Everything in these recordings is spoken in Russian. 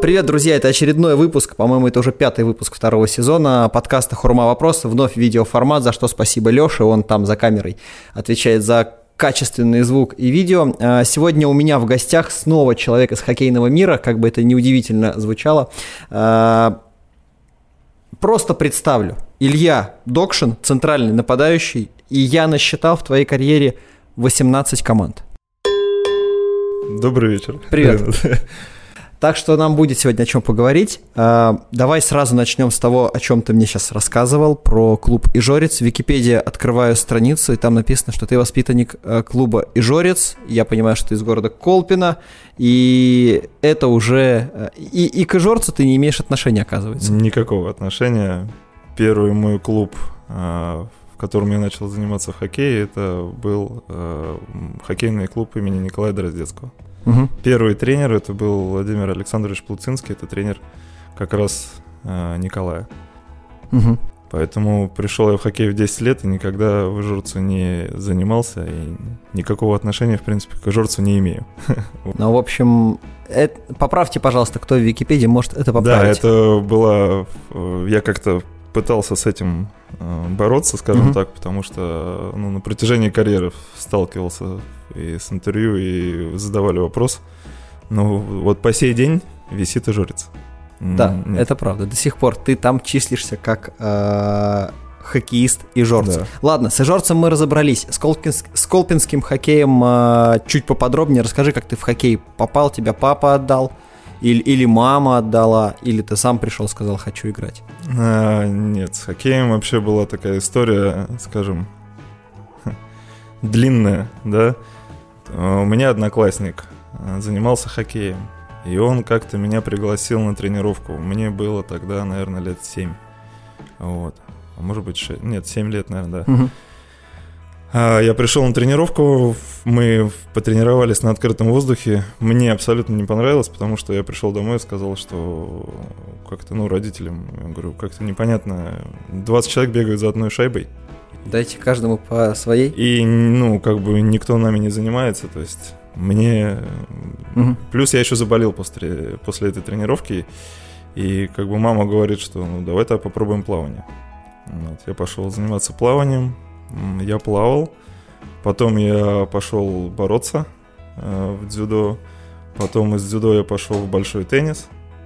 Привет, друзья, это очередной выпуск, по-моему, это уже 5-й выпуск 2-го сезона подкаста «Хурма вопросы», вновь видеоформат, за что спасибо Лёше, он там за камерой отвечает за качественный звук и видео. Сегодня у меня в гостях снова человек из хоккейного мира, как бы это неудивительно звучало. Просто представлю. Илья Докшин, центральный нападающий, и я насчитал в твоей карьере 18 команд. Добрый вечер. Привет. Так что нам будет сегодня о чем поговорить. Давай сразу начнем с того, о чем ты мне сейчас рассказывал, про клуб «Ижорец». В Википедии открываю страницу, и там написано, что ты воспитанник клуба «Ижорец». Я понимаю, что ты из города Колпино, и это уже... И к «Ижорцу» ты не имеешь отношения, оказывается. Никакого отношения. Первый мой клуб, в котором я начал заниматься в хоккее, это был хоккейный клуб имени Николая Дроздецкого. Угу. Первый тренер это был Владимир Александрович Плуцинский, это тренер как раз Николая. Угу. Поэтому пришел я в хоккей в 10 лет и никогда в Ижорцу не занимался, и никакого отношения, в принципе, к Ижорцу не имею. Ну, в общем, поправьте, пожалуйста, кто в Википедии может это поправить. Да, это была... Я как-то пытался с этим бороться, скажем так, потому что на протяжении карьеры сталкивался и с интервью, и задавали вопрос. Но вот по сей день висит Ижорец. Да, это правда. До сих пор ты там числишься как хоккеист Ижорца. Да. Ладно, с Ижорцем мы разобрались. С колпинским хоккеем чуть поподробнее. Расскажи, как ты в хоккей попал, тебя папа отдал? Или мама отдала, или ты сам пришел, сказал, хочу играть? Нет, с хоккеем вообще была такая история, скажем, длинная, да. У меня одноклассник занимался хоккеем, и он как-то меня пригласил на тренировку. Мне было тогда, наверное, лет 7. Вот. А может быть 6. Нет, 7 лет, наверное, да. Угу. Я пришел на тренировку, мы потренировались на открытом воздухе. Мне абсолютно не понравилось, потому что я пришел домой и сказал, что как-то, родителям, я говорю, как-то непонятно, 20 человек бегают за одной шайбой. Дайте каждому по своей. И, никто нами не занимается, то есть мне... Угу. Плюс я еще заболел после этой тренировки, и мама говорит, что давай тогда попробуем плавание. Вот, я пошел заниматься плаванием. Я плавал, потом я пошел бороться в дзюдо, потом из дзюдо я пошел в большой теннис.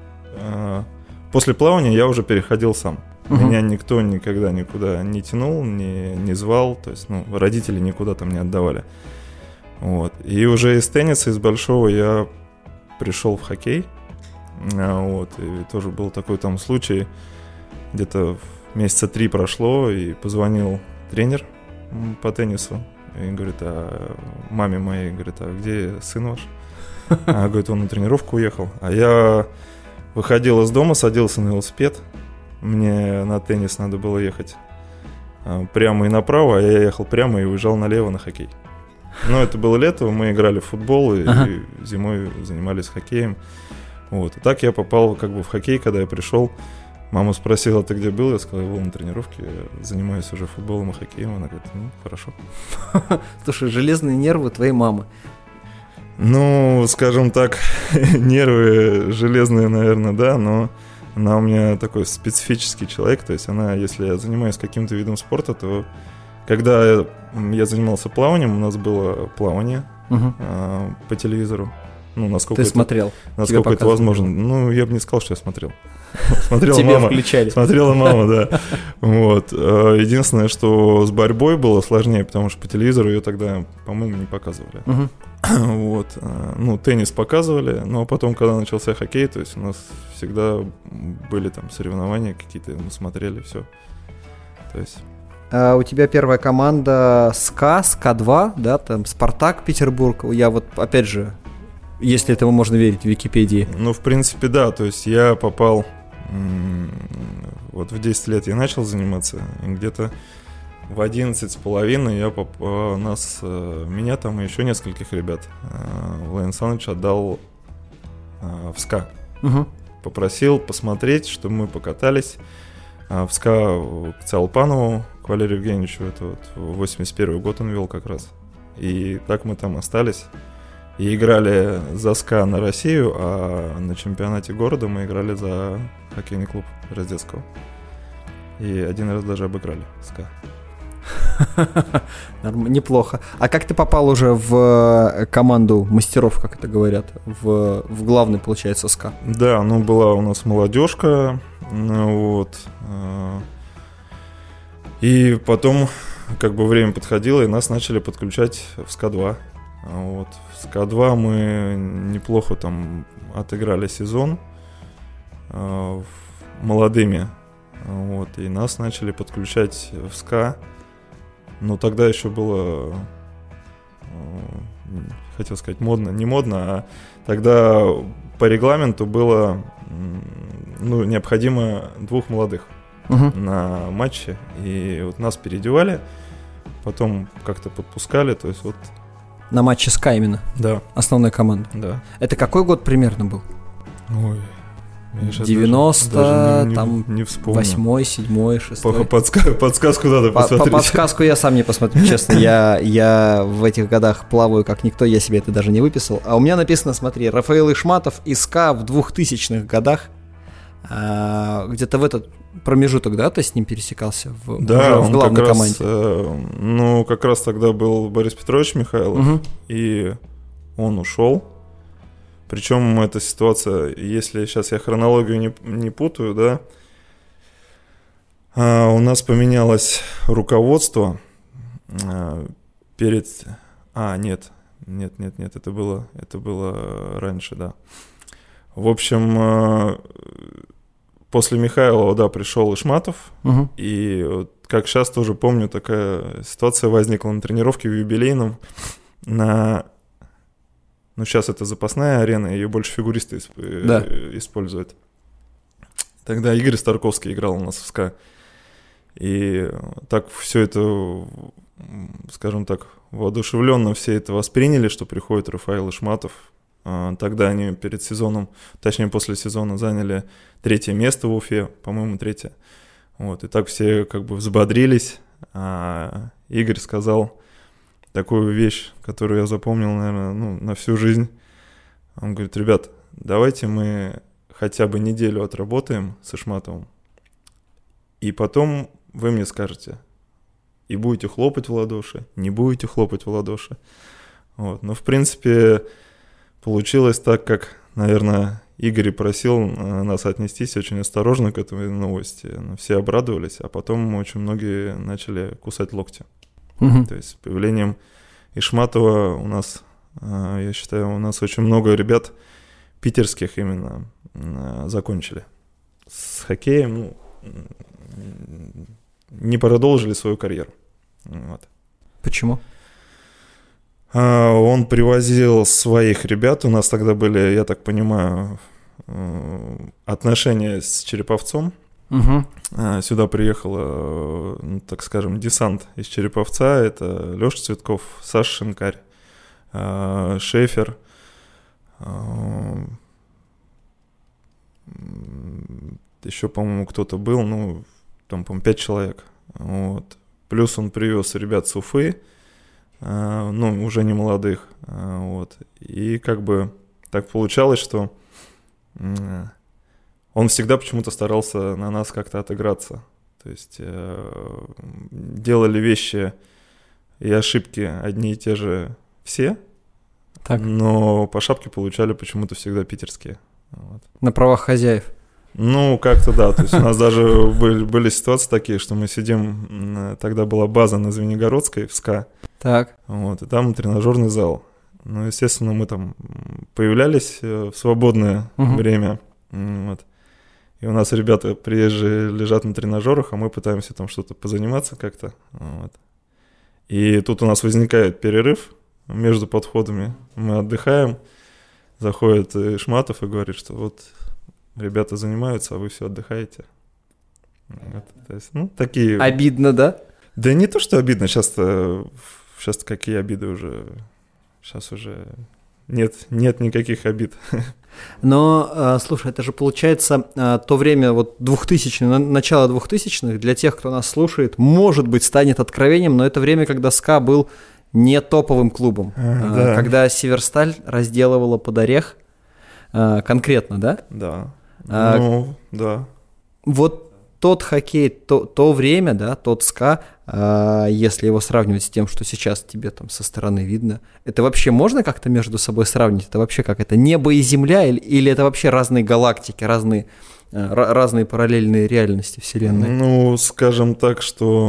После плавания я уже переходил сам. Меня никто никогда никуда не тянул, не звал, то есть родители никуда там не отдавали. Вот. И уже из тенниса, из большого я пришел в хоккей. Вот. И тоже был такой там случай, где-то месяца 3 прошло, и позвонил тренер по теннису и говорит, маме моей, говорит, а где сын ваш? Говорит, он на тренировку уехал. А я выходил из дома, садился на велосипед, мне на теннис надо было ехать прямо и направо, а я ехал прямо и уезжал налево на хоккей. Это было лето, мы играли в футбол и зимой занимались хоккеем. Вот. И так я попал в хоккей, когда я пришел. Мама спросила, ты где был? Я сказал, я был на тренировке, я занимаюсь уже футболом и хоккеем. Она говорит, хорошо. Слушай, железные нервы твоей мамы. Скажем так, нервы железные, наверное, да, но она у меня такой специфический человек. То есть она, если я занимаюсь каким-то видом спорта, то когда я занимался плаванием, у нас было плавание по телевизору. Насколько ты смотрел? Насколько это возможно. Я бы не сказал, что я смотрел. Смотрела Тебя мама. Включали. Смотрела мама, да. Вот. Единственное, что с борьбой было сложнее, потому что по телевизору ее тогда, по-моему, не показывали. Вот. Теннис показывали, но потом, когда начался хоккей, то есть у нас всегда были там соревнования какие-то, мы смотрели все. То есть... У тебя первая команда СКА-2, да, там Спартак Петербург. Я опять же, если этому можно верить в Википедии. В принципе, да, то есть я попал, в 10 лет я начал заниматься, и где-то в 11,5 меня там и еще нескольких ребят Владимир Александрович отдал в СКА. Попросил посмотреть, чтобы мы покатались в СКА к Цалпанову, к Валерию Евгеньевичу, это 81 год он вел как раз. И так мы там остались. И играли за СКА на Россию, а на чемпионате города мы играли за хоккейный клуб Раздетского. И один раз даже обыграли СКА. Неплохо. А как ты попал уже в команду мастеров, как это говорят, в главный, получается, СКА? Да, ну была у нас молодежка, вот. И потом, как бы время подходило, и нас начали подключать в СКА-2. Вот. В СКА-2 мы неплохо там отыграли сезон молодыми. Вот. И нас начали подключать в СКА. Но тогда еще было, хотел сказать, модно, не модно, а тогда по регламенту было необходимо 2 молодых на матче. И вот нас переодевали, потом как-то подпускали, то есть вот... На матче СКА именно? Да. Основной команды? Да. Это какой год примерно был? Ой... 90, даже там, не 8-й, 7-й, 6-й. Подсказку надо посмотреть. Подсказку я сам не посмотрю, честно. Я в этих годах плаваю как никто, я себе это даже не выписал. А у меня написано, смотри, Рафаэл Ишматов из СКА в 2000-х годах. Где-то в этот промежуток, да, ты с ним пересекался в главной команде? Как раз тогда был Борис Петрович Михайлов, и он ушел. Причем эта ситуация, если сейчас я хронологию не путаю, да, у нас поменялось руководство перед... Нет, это было раньше, да. В общем, после Михайлова, да, пришел Ишматов, и вот, как сейчас тоже помню, такая ситуация возникла на тренировке в юбилейном сейчас это запасная арена, ее больше фигуристы используют. Тогда Игорь Старковский играл у нас в СКА. И так все это, скажем так, воодушевленно все это восприняли, что приходит Рафаэл Ишматов. Тогда они перед сезоном, точнее после сезона, заняли 3-е место в Уфе, по-моему, 3-е. Вот, и так все как бы взбодрились. А Игорь сказал такую вещь, которую я запомнил, наверное, на всю жизнь. Он говорит: ребят, давайте мы хотя бы неделю отработаем с Ишматовым, и потом вы мне скажете, и будете хлопать в ладоши, не будете хлопать в ладоши. Вот. Но, в принципе, получилось так, как, наверное, Игорь просил нас отнестись очень осторожно к этой новости. Все обрадовались, а потом очень многие начали кусать локти. То есть с появлением Ишматова у нас, я считаю, у нас очень много ребят питерских именно закончили с хоккеем, не продолжили свою карьеру. Вот. Почему? Он привозил своих ребят, у нас тогда были, я так понимаю, отношения с Череповцом. Сюда приехал, так скажем, десант из Череповца. Это Леша Цветков, Саша Шинкарь, Шефер, еще, по-моему, кто-то был, там, по-моему, 5 человек. Вот. Плюс он привез ребят с Уфы, уже не молодых. Вот. И как бы так получалось, что он всегда почему-то старался на нас как-то отыграться. То есть делали вещи и ошибки одни и те же все, так. Но по шапке получали почему-то всегда питерские. Вот. На правах хозяев. Как-то да. То есть у нас даже были ситуации такие, что мы сидим, тогда была база на Звенигородской в СКА. Так. Вот, и там тренажерный зал. Естественно, мы там появлялись в свободное время. Вот. И у нас ребята приезжие лежат на тренажерах, а мы пытаемся там что-то позаниматься как-то. Вот. И тут у нас возникает перерыв между подходами. Мы отдыхаем, заходит Ишматов и говорит, что вот ребята занимаются, а вы все отдыхаете. Вот. То есть, такие... Обидно, да? Да не то, что обидно. Сейчас-то какие обиды уже... Сейчас уже нет никаких обид. Но, слушай, это же получается то время, вот 2000-е, начало 2000-х, для тех, кто нас слушает, может быть, станет откровением, но это время, когда СКА был не топовым клубом. Да. Когда Северсталь разделывала под орех, конкретно, да? Да. Да. Вот тот хоккей, то время, да, тот СКА, если его сравнивать с тем, что сейчас тебе там со стороны видно, это вообще можно как-то между собой сравнить? Это вообще как это, небо и земля, или это вообще разные галактики, разные параллельные реальности Вселенной? Ну, скажем так, что,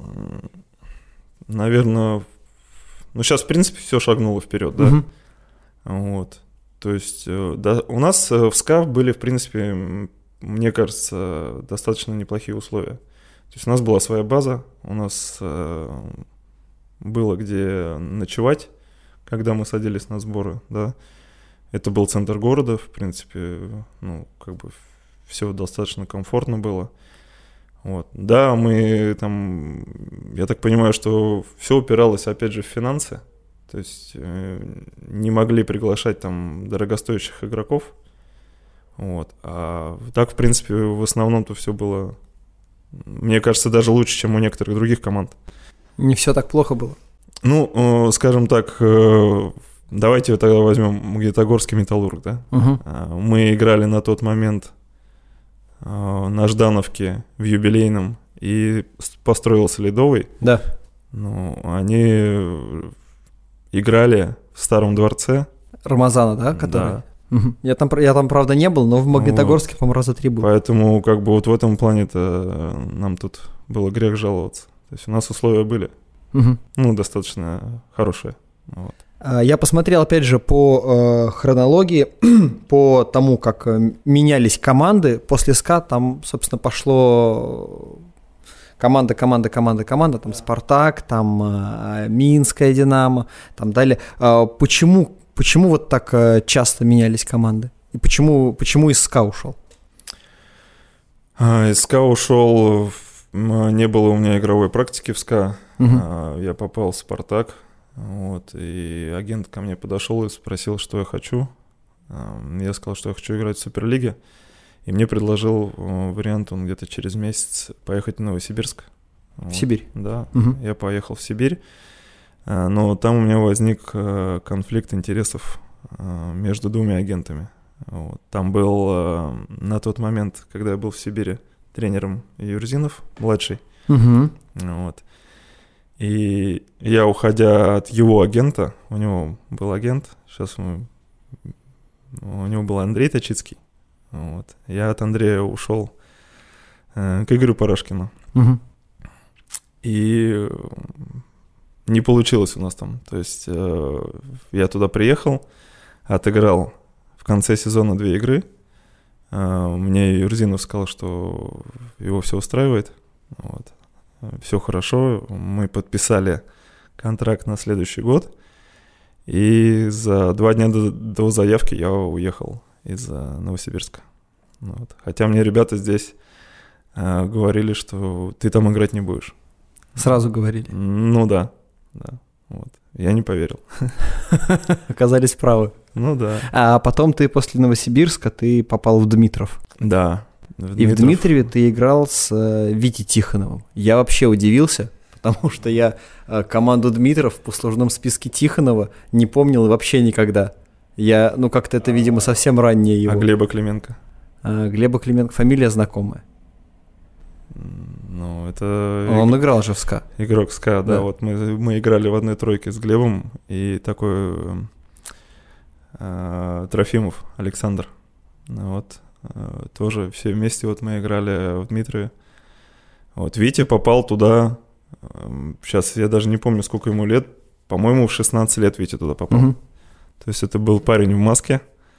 наверное, сейчас, в принципе, все шагнуло вперед, да? Вот. То есть, да, у нас в СКА были, в принципе, мне кажется, достаточно неплохие условия. То есть у нас была своя база, у нас было где ночевать, когда мы садились на сборы, да. Это был центр города, в принципе, все достаточно комфортно было. Вот. Да, мы там, я так понимаю, что все упиралось, опять же, в финансы. То есть не могли приглашать там дорогостоящих игроков. Вот. А так, в принципе, в основном-то все было, мне кажется, даже лучше, чем у некоторых других команд. Не все так плохо было? Ну, скажем так, давайте тогда возьмем Магнитогорский Металлург, да? Мы играли на тот момент на Ждановке в юбилейном, и построился Ледовый. Да. Ну, они играли в Старом дворце. Рамазана, да? Который? Да. Я там, правда, не был, но в Магнитогорске, по-моему, раза 3 был. Поэтому, вот в этом плане-то нам тут было грех жаловаться. То есть у нас условия были, достаточно хорошие. Вот. Я посмотрел, опять же, по хронологии, по тому, как менялись команды. После СКА там, собственно, пошло команда, там Спартак, там Минская Динамо, там далее. Почему вот так часто менялись команды? И почему из СКА ушел? Из СКА ушел, не было у меня игровой практики в СКА. Я попал в Спартак, вот, и агент ко мне подошел и спросил, что я хочу. Я сказал, что я хочу играть в Суперлиге. И мне предложил вариант, он где-то через месяц, поехать в Новосибирск. В Сибирь? Да, я поехал в Сибирь. Но там у меня возник конфликт интересов между двумя агентами. Вот. Там был на тот момент, когда я был в Сибири, тренером Юрзинов, младший. Вот. И я, уходя от его агента, у него был агент, у него был Андрей Точицкий. Вот. Я от Андрея ушел к Игорю Парашкину. И не получилось у нас там. То есть я туда приехал, отыграл в конце сезона 2 игры. Мне Юрзинов сказал, что его все устраивает. Вот. Все хорошо. Мы подписали контракт на следующий год. И за 2 дня до заявки я уехал из Новосибирска. Вот. Хотя мне ребята здесь говорили, что ты там играть не будешь. Сразу говорили? Ну да. Вот. Я не поверил. Оказались правы. Ну да. А потом ты после Новосибирска ты попал в Дмитров. Да. И в Дмитрове ты играл с Витей Тихоновым. Я вообще удивился, потому что я команду Дмитров в послужном списке Тихонова не помнил вообще никогда. Как-то это, видимо, совсем раннее его. А Глеба Клименко? Глеба Клименко, фамилия знакомая. Ну, это... Он играл же в СКА. Игрок СКА, да. Вот мы играли в одной тройке с Глебом, и такой Трофимов Александр. Вот. Тоже все вместе вот мы играли в Дмитрове. Вот Витя попал туда, сейчас я даже не помню, сколько ему лет, по-моему, в 16 лет Витя туда попал. То есть это был парень в маске,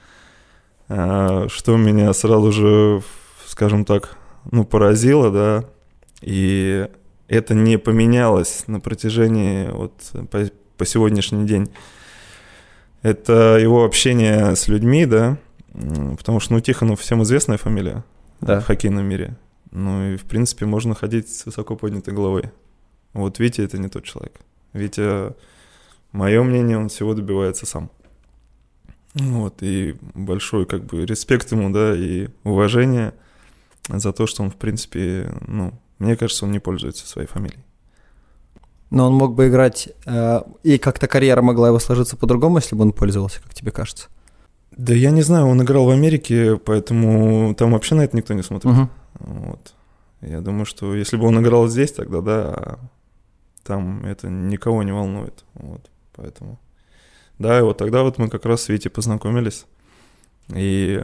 что меня сразу же, скажем так, поразило, да, и это не поменялось на протяжении по сегодняшний день. Это его общение с людьми, да, потому что, Тихонов всем известная фамилия в хоккейном мире. Ну и, в принципе, можно ходить с высоко поднятой головой. Вот Витя — это не тот человек. Витя, мое мнение, он всего добивается сам. Вот, и большой, респект ему, да, и уважение за то, что он, в принципе, мне кажется, он не пользуется своей фамилией. Но он мог бы играть, и как-то карьера могла его сложиться по-другому, если бы он пользовался, как тебе кажется? Да я не знаю, он играл в Америке, поэтому там вообще на это никто не смотрит. Вот. Я думаю, что если бы он играл здесь, тогда да, там это никого не волнует. Вот. Поэтому, да, и вот тогда вот мы как раз с Витей познакомились. И,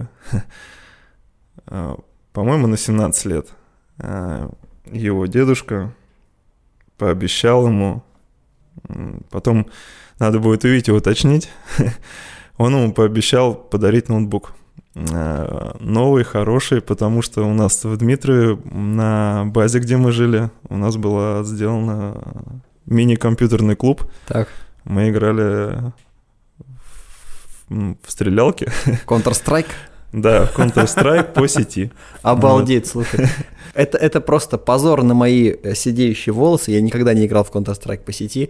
по-моему, на 17 лет его дедушка пообещал ему, потом надо будет у Вити уточнить, он ему пообещал подарить ноутбук. Новый, хороший, потому что у нас в Дмитрове на базе, где мы жили, у нас была сделана мини-компьютерный клуб. Так. Мы играли в стрелялки. Counter-Strike? Да, Counter-Strike по сети. Обалдеть, слушай. Это просто позор на мои сидеющие волосы. Я никогда не играл в Counter-Strike по сети.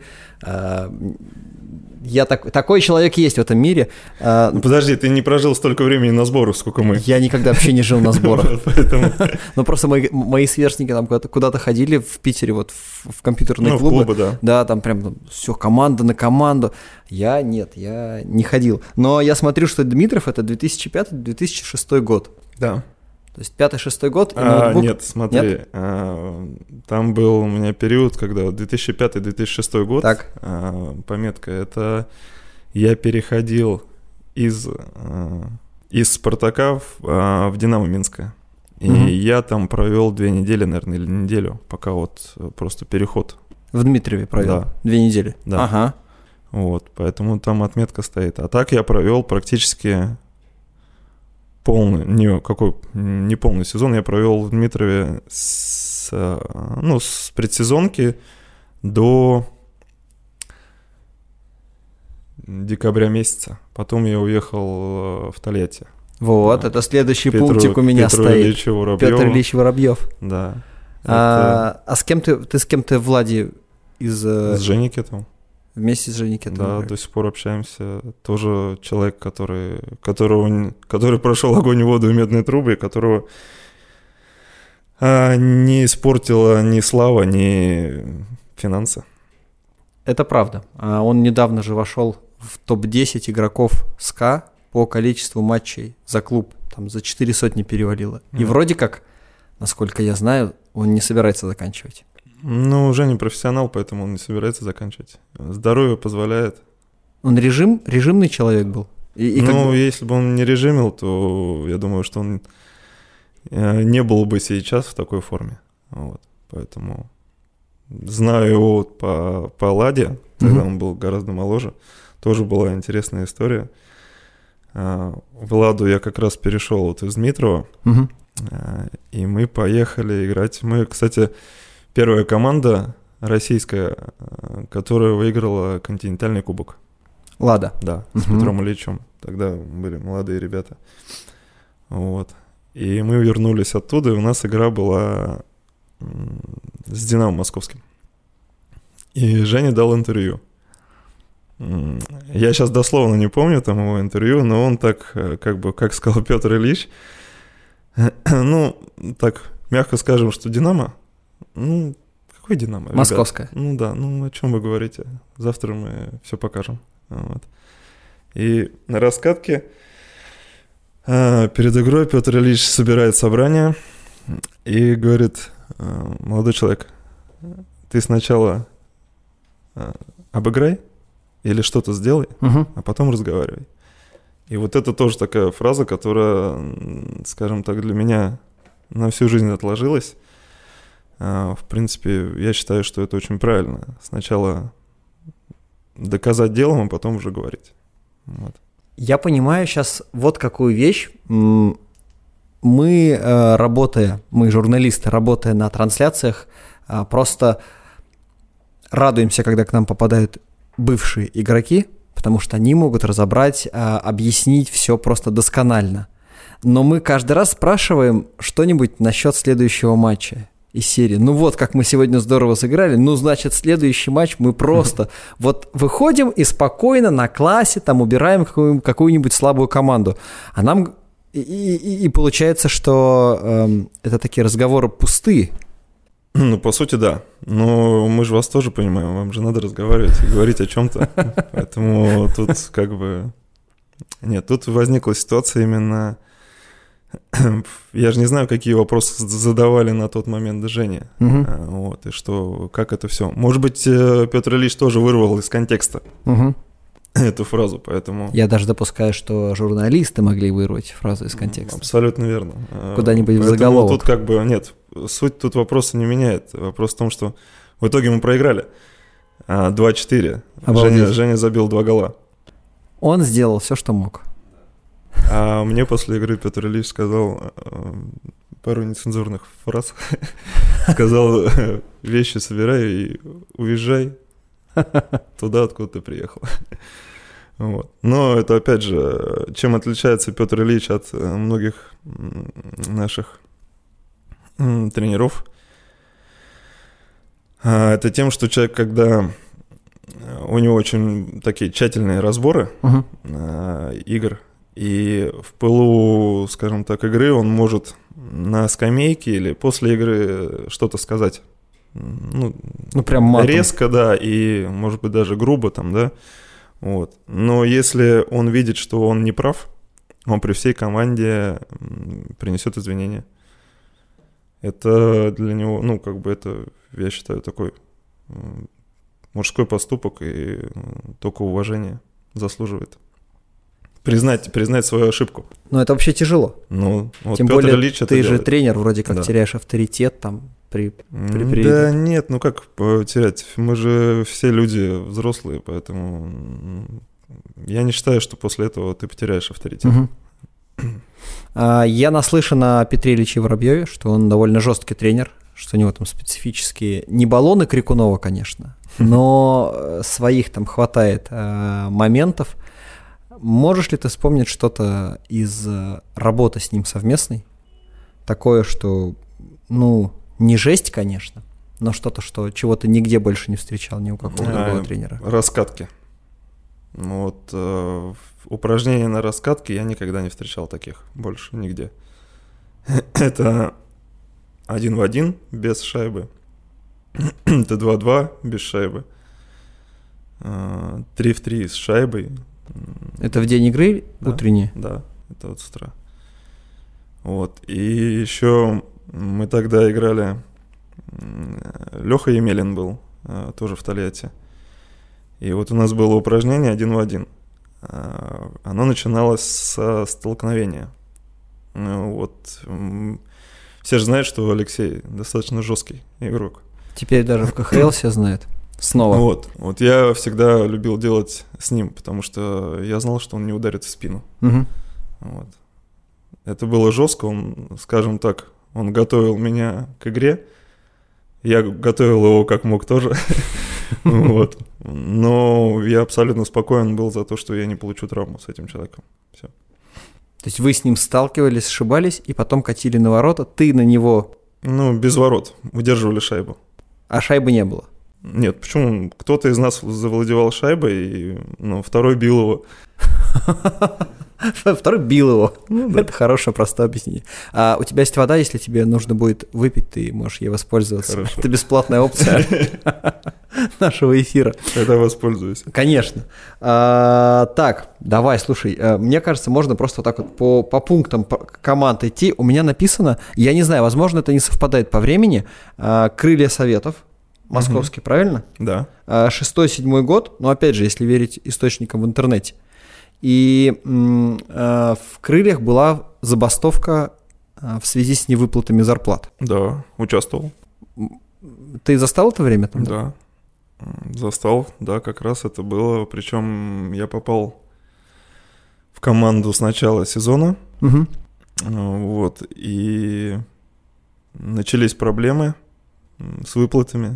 Я такой человек есть в этом мире. Ну, подожди, ты не прожил столько времени на сборах, сколько мы. Я никогда вообще не жил на сборах. Ну, просто мои сверстники там куда-то ходили в Питере, вот в компьютерные клубы. Да. Да, там прям все, команда на команду. Я не ходил. Но я смотрю, что Дмитров — это 2005-2006 год. Да. То есть 5-6 год, и ноутбук... Нет, смотри, нет? Там был у меня период, когда 2005-2006 год, так. Пометка, это я переходил из «Спартака» в «Динамо» Минское. И я там провел 2 недели, наверное, или неделю, пока вот просто переход. В Дмитрове провел? Да. 2 недели? Да. Ага. Вот, поэтому там отметка стоит. А так я провел практически... не полный сезон я провел в Дмитрове с предсезонки до декабря месяца. Потом я уехал в Тольятти. Вот, это следующий пунктик у меня стоит. Петр Ильич Воробьев. Да. А с кем ты с кем-то, Влади, с Женей Кетовым. Вместе с Женей Кетовым? Да, до сих пор общаемся. Тоже человек, который прошел огонь и воду и медные трубы, которого не испортила ни слава, ни финансы. Это правда. Он недавно же вошел в топ-10 игроков СКА по количеству матчей за клуб. Там за 400 перевалило. И вроде как, насколько я знаю, он не собирается заканчивать. Ну, Женя профессионал, поэтому он не собирается заканчивать. Здоровье позволяет. Он режимный человек был? Если бы он не режимил, то я думаю, что он не был бы сейчас в такой форме. Вот. Поэтому знаю его по Ладе, когда он был гораздо моложе. Тоже была интересная история. В Ладу я как раз перешел вот из Дмитрова, и мы поехали играть. Мы, кстати... Первая команда российская, которая выиграла континентальный кубок. Лада. Да, с Петром Ильичем. Тогда были молодые ребята. Вот. И мы вернулись оттуда, и у нас игра была с «Динамо» московским. И Женя дал интервью. Я сейчас дословно не помню там его интервью, но он так, как сказал Петр Ильич, так мягко скажем, что «Динамо», какой «Динамо»? Московская. Ребят? О чем вы говорите? Завтра мы все покажем. Вот. И на раскатке перед игрой Петр Ильич собирает собрание и говорит: молодой человек, ты сначала обыграй или что-то сделай, а потом разговаривай. И вот это тоже такая фраза, которая, скажем так, для меня на всю жизнь отложилась. В принципе, я считаю, что это очень правильно. Сначала доказать делом, а потом уже говорить. Вот. Я понимаю сейчас вот какую вещь. Мы, журналисты, работая на трансляциях, просто радуемся, когда к нам попадают бывшие игроки, потому что они могут разобрать, объяснить все просто досконально. Но мы каждый раз спрашиваем что-нибудь насчет следующего матча из серии. Вот как мы сегодня здорово сыграли, значит, следующий матч мы просто вот выходим и спокойно на классе там убираем какую-нибудь слабую команду. А нам и получается, что это такие разговоры пустые. Ну, по сути, да. Но мы же вас тоже понимаем, вам же надо разговаривать и говорить о чем-то. Поэтому тут как бы... Нет, тут возникла ситуация именно... Я же не знаю, какие вопросы задавали на тот момент Жене. Вот, и что, как это все. Может быть, Петр Ильич тоже вырвал из контекста эту фразу, поэтому... Я даже допускаю, что журналисты могли вырвать фразу из контекста. Абсолютно верно. Куда-нибудь в заголовок. Тут как бы, нет, суть тут вопроса не меняет. Вопрос в том, что в итоге мы проиграли 2-4. Женя забил 2 гола. Он сделал все, что мог. А мне после игры Петр Ильич сказал пару нецензурных фраз. Сказал: вещи собирай и уезжай туда, откуда ты приехал. Вот. Но это, опять же, чем отличается Петр Ильич от многих наших тренеров, это тем, что человек, когда у него очень такие тщательные разборы игр, и в пылу, скажем так, игры он может на скамейке или после игры что-то сказать. Ну прям матом. Резко, да, и, может быть, даже грубо там, да. Вот. Но если он видит, что он не прав, он при всей команде принесет извинения. Это для него, ну, как бы это, я считаю, такой мужской поступок, и только уважение заслуживает. Признать свою ошибку. Но это вообще тяжело. Ну, вот тем Петр более Ильич ты это же делает. тренер, вроде как Да. теряешь авторитет там при Да нет, ну как терять? Мы же все люди взрослые, поэтому я не считаю, что после этого ты потеряешь авторитет. Я наслышан о Петре Ильиче Воробьеве, что он довольно жесткий тренер, что у него там специфические, не баллоны Крикунова, конечно, но своих там хватает моментов. Можешь ли ты вспомнить что-то из работы с ним совместной? Такое, что, ну, не жесть, конечно, но что-то, чего ты нигде больше не встречал ни у какого другого тренера. Раскатки. Вот упражнения на раскатке я никогда не встречал таких больше нигде. Это 1 в 1 без шайбы. Это 2 в 2 без шайбы. 3 в 3 с шайбой. Это в день игры утренние? Да, это вот с утра. Вот. И еще мы тогда играли... Леха Емелин был тоже в Тольятти. И вот у нас было упражнение 1 в 1. Оно начиналось со столкновения. Вот. Все же знают, что Алексей достаточно жесткий игрок. Теперь даже в КХЛ все знают. Снова. Вот я всегда любил делать с ним, потому что я знал, что он не ударит в спину. Вот. Это было жестко, он, скажем так, он готовил меня к игре. Я готовил его как мог тоже. Вот. Но я абсолютно спокоен был за то, что я не получу травму с этим человеком. Все. То есть вы с ним сталкивались, сшибались, и потом катили на ворота, ты на него... Ну, без ворот, удерживали шайбу. А шайбы не было? Нет, почему? Кто-то из нас завладевал шайбой, и второй бил его. Второй бил его. Ну, да. Это хорошее, простое объяснение. А у тебя есть вода, если тебе нужно будет выпить, ты можешь ей воспользоваться. Хорошо. Это бесплатная опция нашего эфира. Тогда воспользуюсь. Конечно. Так, давай, слушай, мне кажется, можно просто вот так вот по пунктам команд идти. У меня написано, я не знаю, возможно, это не совпадает по времени, «Крылья Советов», московский, правильно? Да. 6-7 год, но опять же, если верить источникам в интернете. И в «Крыльях» была забастовка в связи с невыплатами зарплат. Да, участвовал. Ты застал это время там? Да, застал, да, как раз это было. Причем я попал в команду с начала сезона. Угу. Вот, и начались проблемы с выплатами.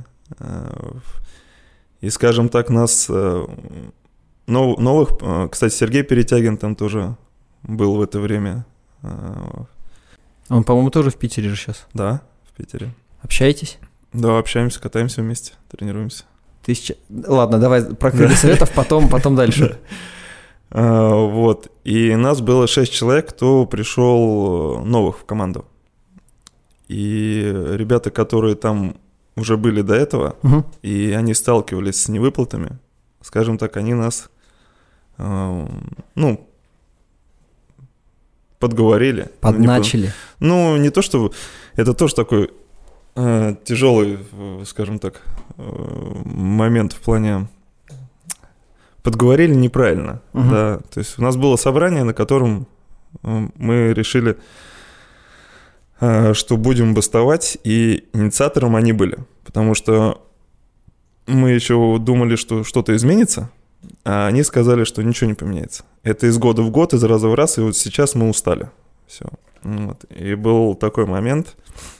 И, скажем так, нас... Новых, кстати, Сергей Перетягин там тоже был в это время. Он, по-моему, тоже в Питере же сейчас. Да, в Питере. Общаетесь? Да, общаемся, катаемся вместе, тренируемся. Ладно, давай про «Крылья Советов», потом дальше. Вот, и нас было 6 человек, кто пришел новых в команду. И ребята, которые там уже были до этого, и они сталкивались с невыплатами, скажем так, они нас, подговорили. Подначили. Не то, что... Это тоже такой тяжелый, скажем так, момент в плане... Подговорили неправильно, да. То есть у нас было собрание, на котором мы решили, что будем бастовать, и инициатором они были. Потому что мы еще думали, что что-то изменится, а они сказали, что ничего не поменяется. Это из года в год, из раза в раз, и вот сейчас мы устали. Все. Вот. И был такой момент.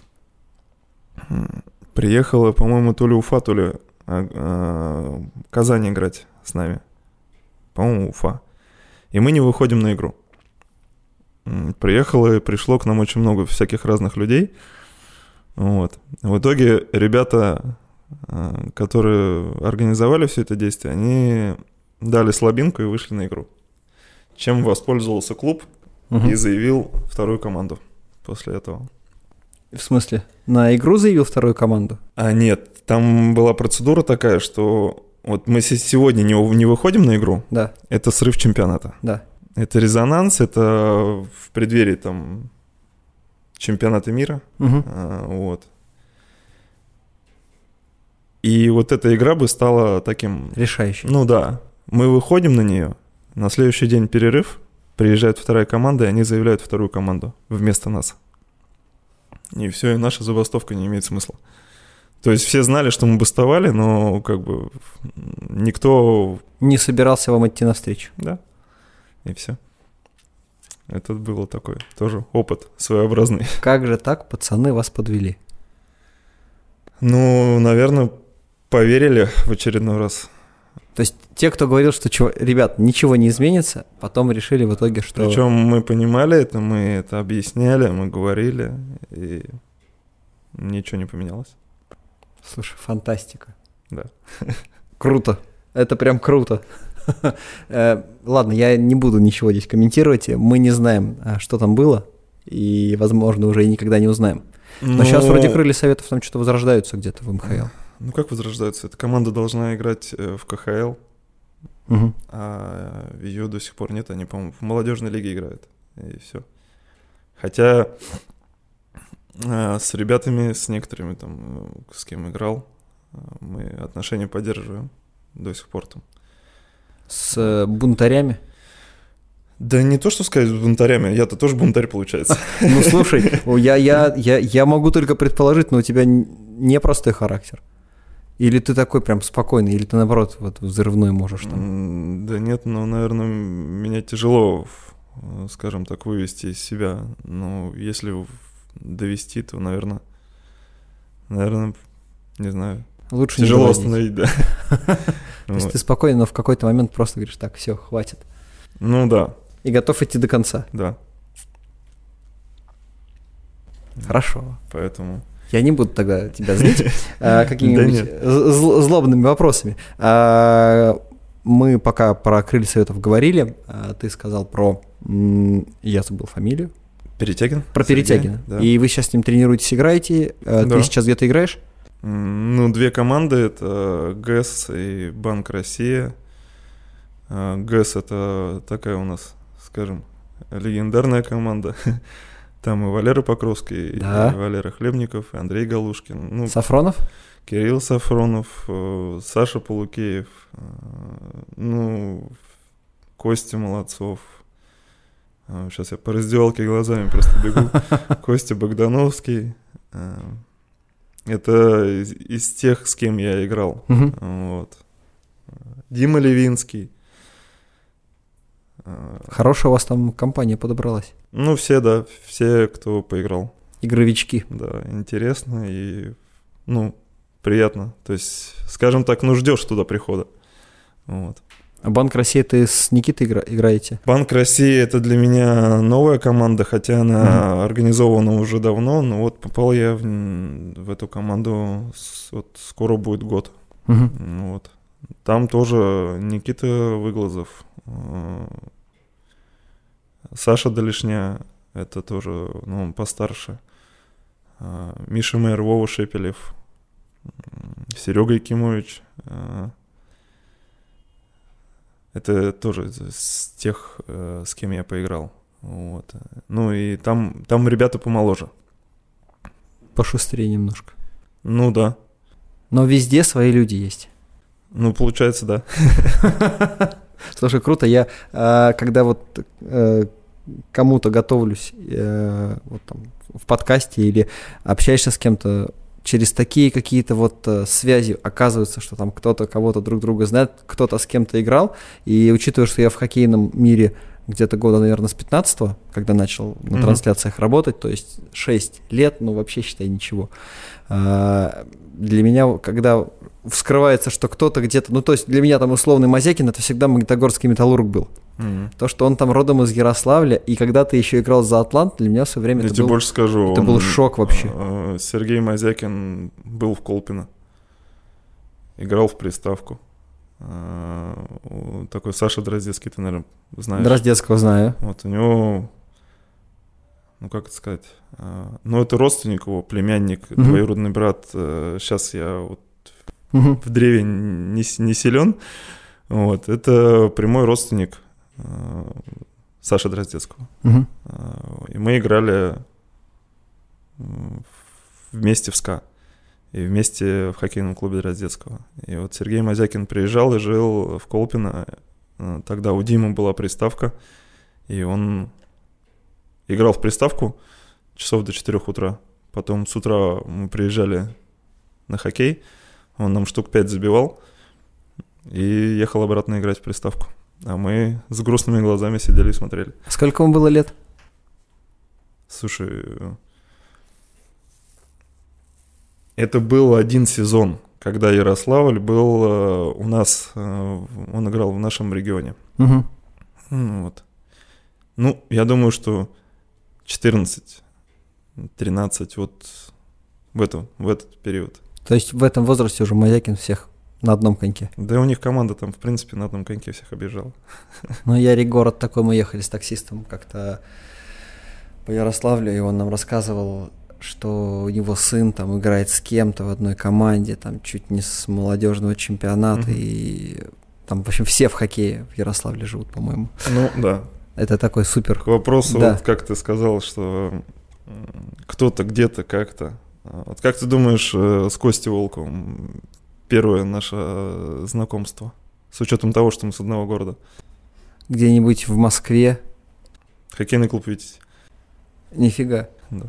Приехала, по-моему, то ли Уфа, то ли Казань играть с нами. По-моему, Уфа. И мы не выходим на игру. Пришло к нам очень много всяких разных людей. Вот. В итоге ребята, которые организовали все это действие, они дали слабинку и вышли на игру. Чем воспользовался клуб и заявил вторую команду после этого. В смысле? На игру заявил вторую команду? Нет, там была процедура такая, что вот мы сегодня не выходим на игру, да. Это срыв чемпионата. Да. Это резонанс, это в преддверии там чемпионата мира. Вот. И вот эта игра бы стала таким... Решающей. Ну да. Мы выходим на нее, на следующий день перерыв, приезжает вторая команда, и они заявляют вторую команду вместо нас. И все, и наша забастовка не имеет смысла. То есть все знали, что мы бастовали, но как бы никто... Не собирался вам идти навстречу. Да. И все. Это было такой тоже опыт своеобразный. Как же так пацаны вас подвели? Ну, наверное, поверили в очередной раз. То есть те, кто говорил, что, ребят, ничего не изменится, потом решили в итоге, что... Причем мы понимали это, мы это объясняли, мы говорили, и ничего не поменялось. Слушай, фантастика. Да. Круто. Это прям круто. Ладно, я не буду ничего здесь комментировать. Мы не знаем, что там было, и, возможно, уже и никогда не узнаем. Но сейчас вроде крылья советов там что-то возрождаются где-то в МХЛ. Ну как возрождаются? Эта команда должна играть в КХЛ, а ее до сих пор нет. Они, по-моему, в молодежной лиге играют. И все. Хотя с ребятами, с некоторыми там, с кем играл, мы отношения поддерживаем до сих пор там. С бунтарями? Да не то, что сказать с бунтарями, я-то тоже бунтарь, получается. Ну, слушай, я могу только предположить, но у тебя непростой характер. Или ты такой прям спокойный, или ты, наоборот, вот взрывной можешь там? Да нет, ну, наверное, меня тяжело, скажем так, вывести из себя. Но если довести, то, наверное, не знаю. Лучше тяжело остановить, да. То есть ты спокойно, но в какой-то момент просто говоришь, так, все, хватит. Ну да. И готов идти до конца. Да. Хорошо. Поэтому... Я не буду тогда тебя злить какими-нибудь злобными вопросами. Мы пока про крылья советов говорили, ты сказал про... Я забыл фамилию. Перетягин? Про Перетягина. Да. И вы сейчас с ним тренируетесь, играете. Ты сейчас где-то играешь? Ну, две команды. Это ГЭС и Банк Россия. ГЭС — это такая у нас, скажем, легендарная команда. Там и Валера Покровский, да. И Валера Хлебников, и Андрей Галушкин. Ну, Сафронов? Кирилл Сафронов, Саша Полукеев, ну, Костя Молодцов. Сейчас я по раздевалке глазами просто бегу. Костя Богдановский. Это из тех, с кем я играл. Вот. Дима Левинский. Хорошая у вас там компания подобралась. Ну, все, да, все, кто поиграл. Игровички. Да, интересно и, ну, приятно. То есть, скажем так, ну, ждешь туда прихода. Вот. А Банк России ты с Никитой играете? Банк России — это для меня новая команда, хотя она организована уже давно, но вот попал я в эту команду, вот скоро будет год. Вот. Там тоже Никита Выглазов, Саша Долешня, это тоже, ну, постарше, Миша Мэр, Вова Шепелев, Серега Якимович. Это тоже с тех, с кем я поиграл. Вот. Ну и там ребята помоложе. Пошустрее немножко. Ну да. Но везде свои люди есть. Ну, получается, да. Слушай, круто. Я когда вот кому-то готовлюсь вот там, в подкасте или общаешься с кем-то, через такие какие-то вот связи оказывается, что там кто-то кого-то друг друга знает, кто-то с кем-то играл. И учитывая, что я в хоккейном мире где-то года, наверное, с 15-го, когда начал на трансляциях работать, то есть 6 лет, ну вообще, считай, ничего. Для меня, когда вскрывается, что кто-то где-то, ну то есть для меня там условный Мазякин, это всегда Магнитогорский Металлург был. То, что он там родом из Ярославля, и когда ты еще играл за Атлант, для меня все время я тебе больше скажу, это был шок вообще. Сергей Мазякин был в Колпино, играл в приставку. Такой Саша Дроздецкий, ты, наверное, знаешь. Дроздецкого знаю. Вот у него, ну как это сказать, ну это родственник его, племянник, двоюродный брат. Сейчас я вот в древе не силен. Вот, это прямой родственник Саши Дроздецкого. И мы играли вместе в СКА. И вместе в хоккейном клубе Дроздецкого. И вот Сергей Мазякин приезжал и жил в Колпино. Тогда у Димы была приставка, и он играл в приставку часов до 4 утра. Потом с утра мы приезжали на хоккей, он нам штук 5 забивал и ехал обратно играть в приставку. А мы с грустными глазами сидели и смотрели. Сколько вам было лет? Слушай... Это был один сезон, когда Ярославль был у нас, он играл в нашем регионе. Вот. Ну, я думаю, что 14, 13, вот в этот период. То есть в этом возрасте уже Мазякин всех на одном коньке? Да у них команда там, в принципе, на одном коньке всех обижала. Ну, город такой, мы ехали с таксистом как-то по Ярославлю, и он нам рассказывал, что у него сын там играет с кем-то в одной команде, там чуть не с молодежного чемпионата, и там, в общем, все в хоккее в Ярославле живут, по-моему. Ну, да. Это такой супер... К вопросу, да. Вот как ты сказал, что кто-то где-то как-то. Вот как ты думаешь, с Костей Волковым первое наше знакомство? С учетом того, что мы с одного города. Где-нибудь в Москве? Хоккейный клуб «Витязь». Нифига. Да.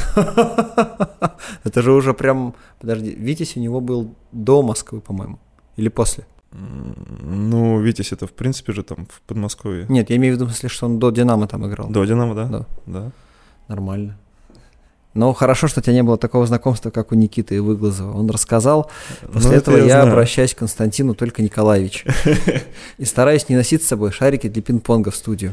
Это же уже прям... Подожди, Витязь у него был до Москвы, по-моему. Или после? Ну, Витязь это, в принципе, же там в Подмосковье. Нет, я имею в виду, в смысле, что он до Динамо там играл. До Динамо, да. Нормально. Но хорошо, что у тебя не было такого знакомства, как у Никиты Выглазова. Он рассказал. После этого я обращаюсь к Константину только Николаевичу. И стараюсь не носить с собой шарики для пинг-понга в студию.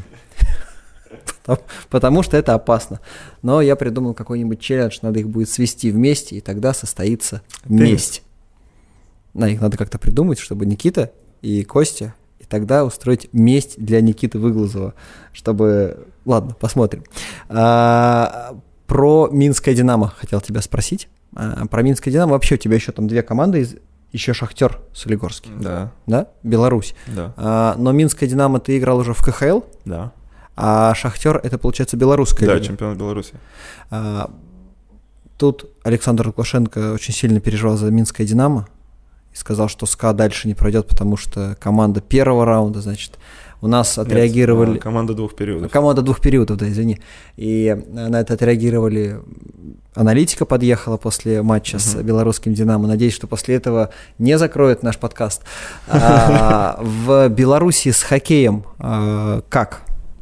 Потому что это опасно. Но я придумал какой-нибудь челлендж, надо их будет свести вместе, и тогда состоится месть. Их надо как-то придумать, чтобы Никита и Костя, и тогда устроить месть для Никиты Выглазова, чтобы... Ладно, посмотрим. Про Минское Динамо хотел тебя спросить. Про Минское Динамо вообще у тебя еще там 2 команды, еще Шахтер Солигорский. Да. Да? Беларусь. Да. Но Минское Динамо ты играл уже в КХЛ? Да. А Шахтер это, получается, белорусская лига. Да, чемпионат Беларуси. Тут Александр Лукашенко очень сильно переживал за Минское Динамо и сказал, что СКА дальше не пройдет, потому что команда первого раунда, значит, у нас отреагировали... Нет, команда 2 периодов. Команда 2 периодов, да, извини. И на это отреагировали... Аналитика подъехала после матча с белорусским Динамо. Надеюсь, что после этого не закроют наш подкаст. В Беларуси с хоккеем как?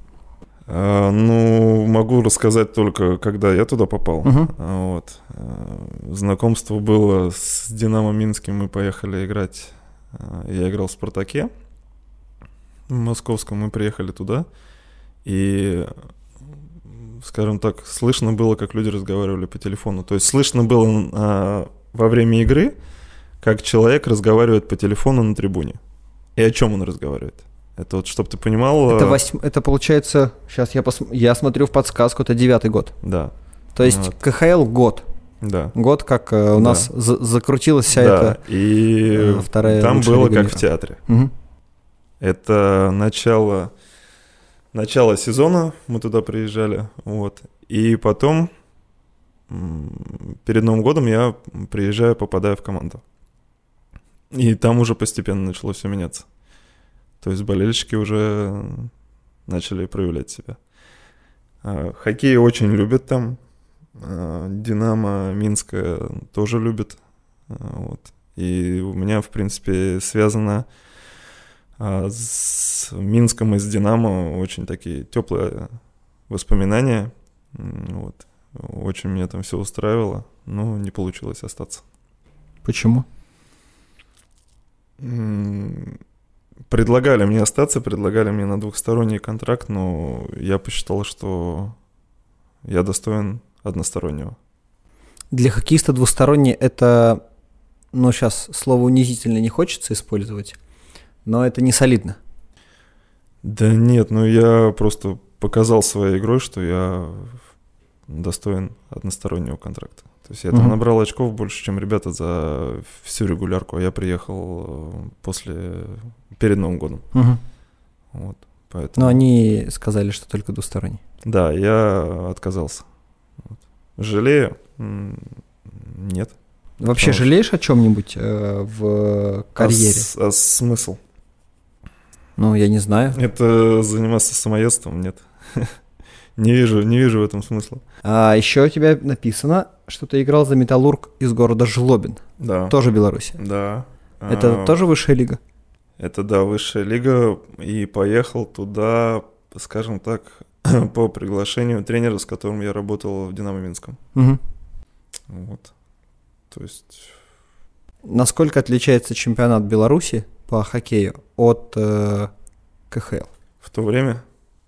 Ну, могу рассказать только, когда я туда попал. Вот. Знакомство было с Динамо Минским, мы поехали играть. Я играл в «Спартаке» в московском, мы приехали туда. И, скажем так, слышно было, как люди разговаривали по телефону. То есть слышно было во время игры, как человек разговаривает по телефону на трибуне. И о чем он разговаривает. Это вот, чтобы ты понимал... Это получается, сейчас я смотрю в подсказку, это 9-й год. Да. То есть вот. КХЛ год. Да. Год, как у нас закрутилась вся да. эта и вторая там было лига как мира. в театре. Угу. Это начало сезона, мы туда приезжали, вот. И потом, перед Новым годом я приезжаю, попадаю в команду. И там уже постепенно начало все меняться. То есть болельщики уже начали проявлять себя. Хоккей очень любят там. Динамо Минская тоже любит. Вот. И у меня, в принципе, связано с Минском и с Динамо очень такие теплые воспоминания. Вот. Очень меня там все устраивало, но не получилось остаться. Почему? Предлагали мне остаться, предлагали мне на двухсторонний контракт, но я посчитал, что я достоин одностороннего. Для хоккеиста двусторонний это, ну, сейчас слово унизительно не хочется использовать, но это не солидно. Да нет, ну я просто показал своей игрой, что я достоин одностороннего контракта. То есть я там набрал очков больше, чем ребята за всю регулярку, а я приехал перед Новым годом. Вот, поэтому... Но они сказали, что только двусторонний. Да, я отказался. Вот. Жалею? Нет. Вообще жалеешь о чем-нибудь в карьере? А смысл? Ну, я не знаю. Это заниматься самоедством? Нет. Не вижу в этом смысла. А еще у тебя написано, что ты играл за «Металлург» из города Жлобин. Да. Тоже Беларусь. Да. Это тоже высшая лига? Это, да, высшая лига. И поехал туда, скажем так, по приглашению тренера, с которым я работал в «Динамо Минском». Угу. Вот. То есть... Насколько отличается чемпионат Беларуси по хоккею от КХЛ? В то время?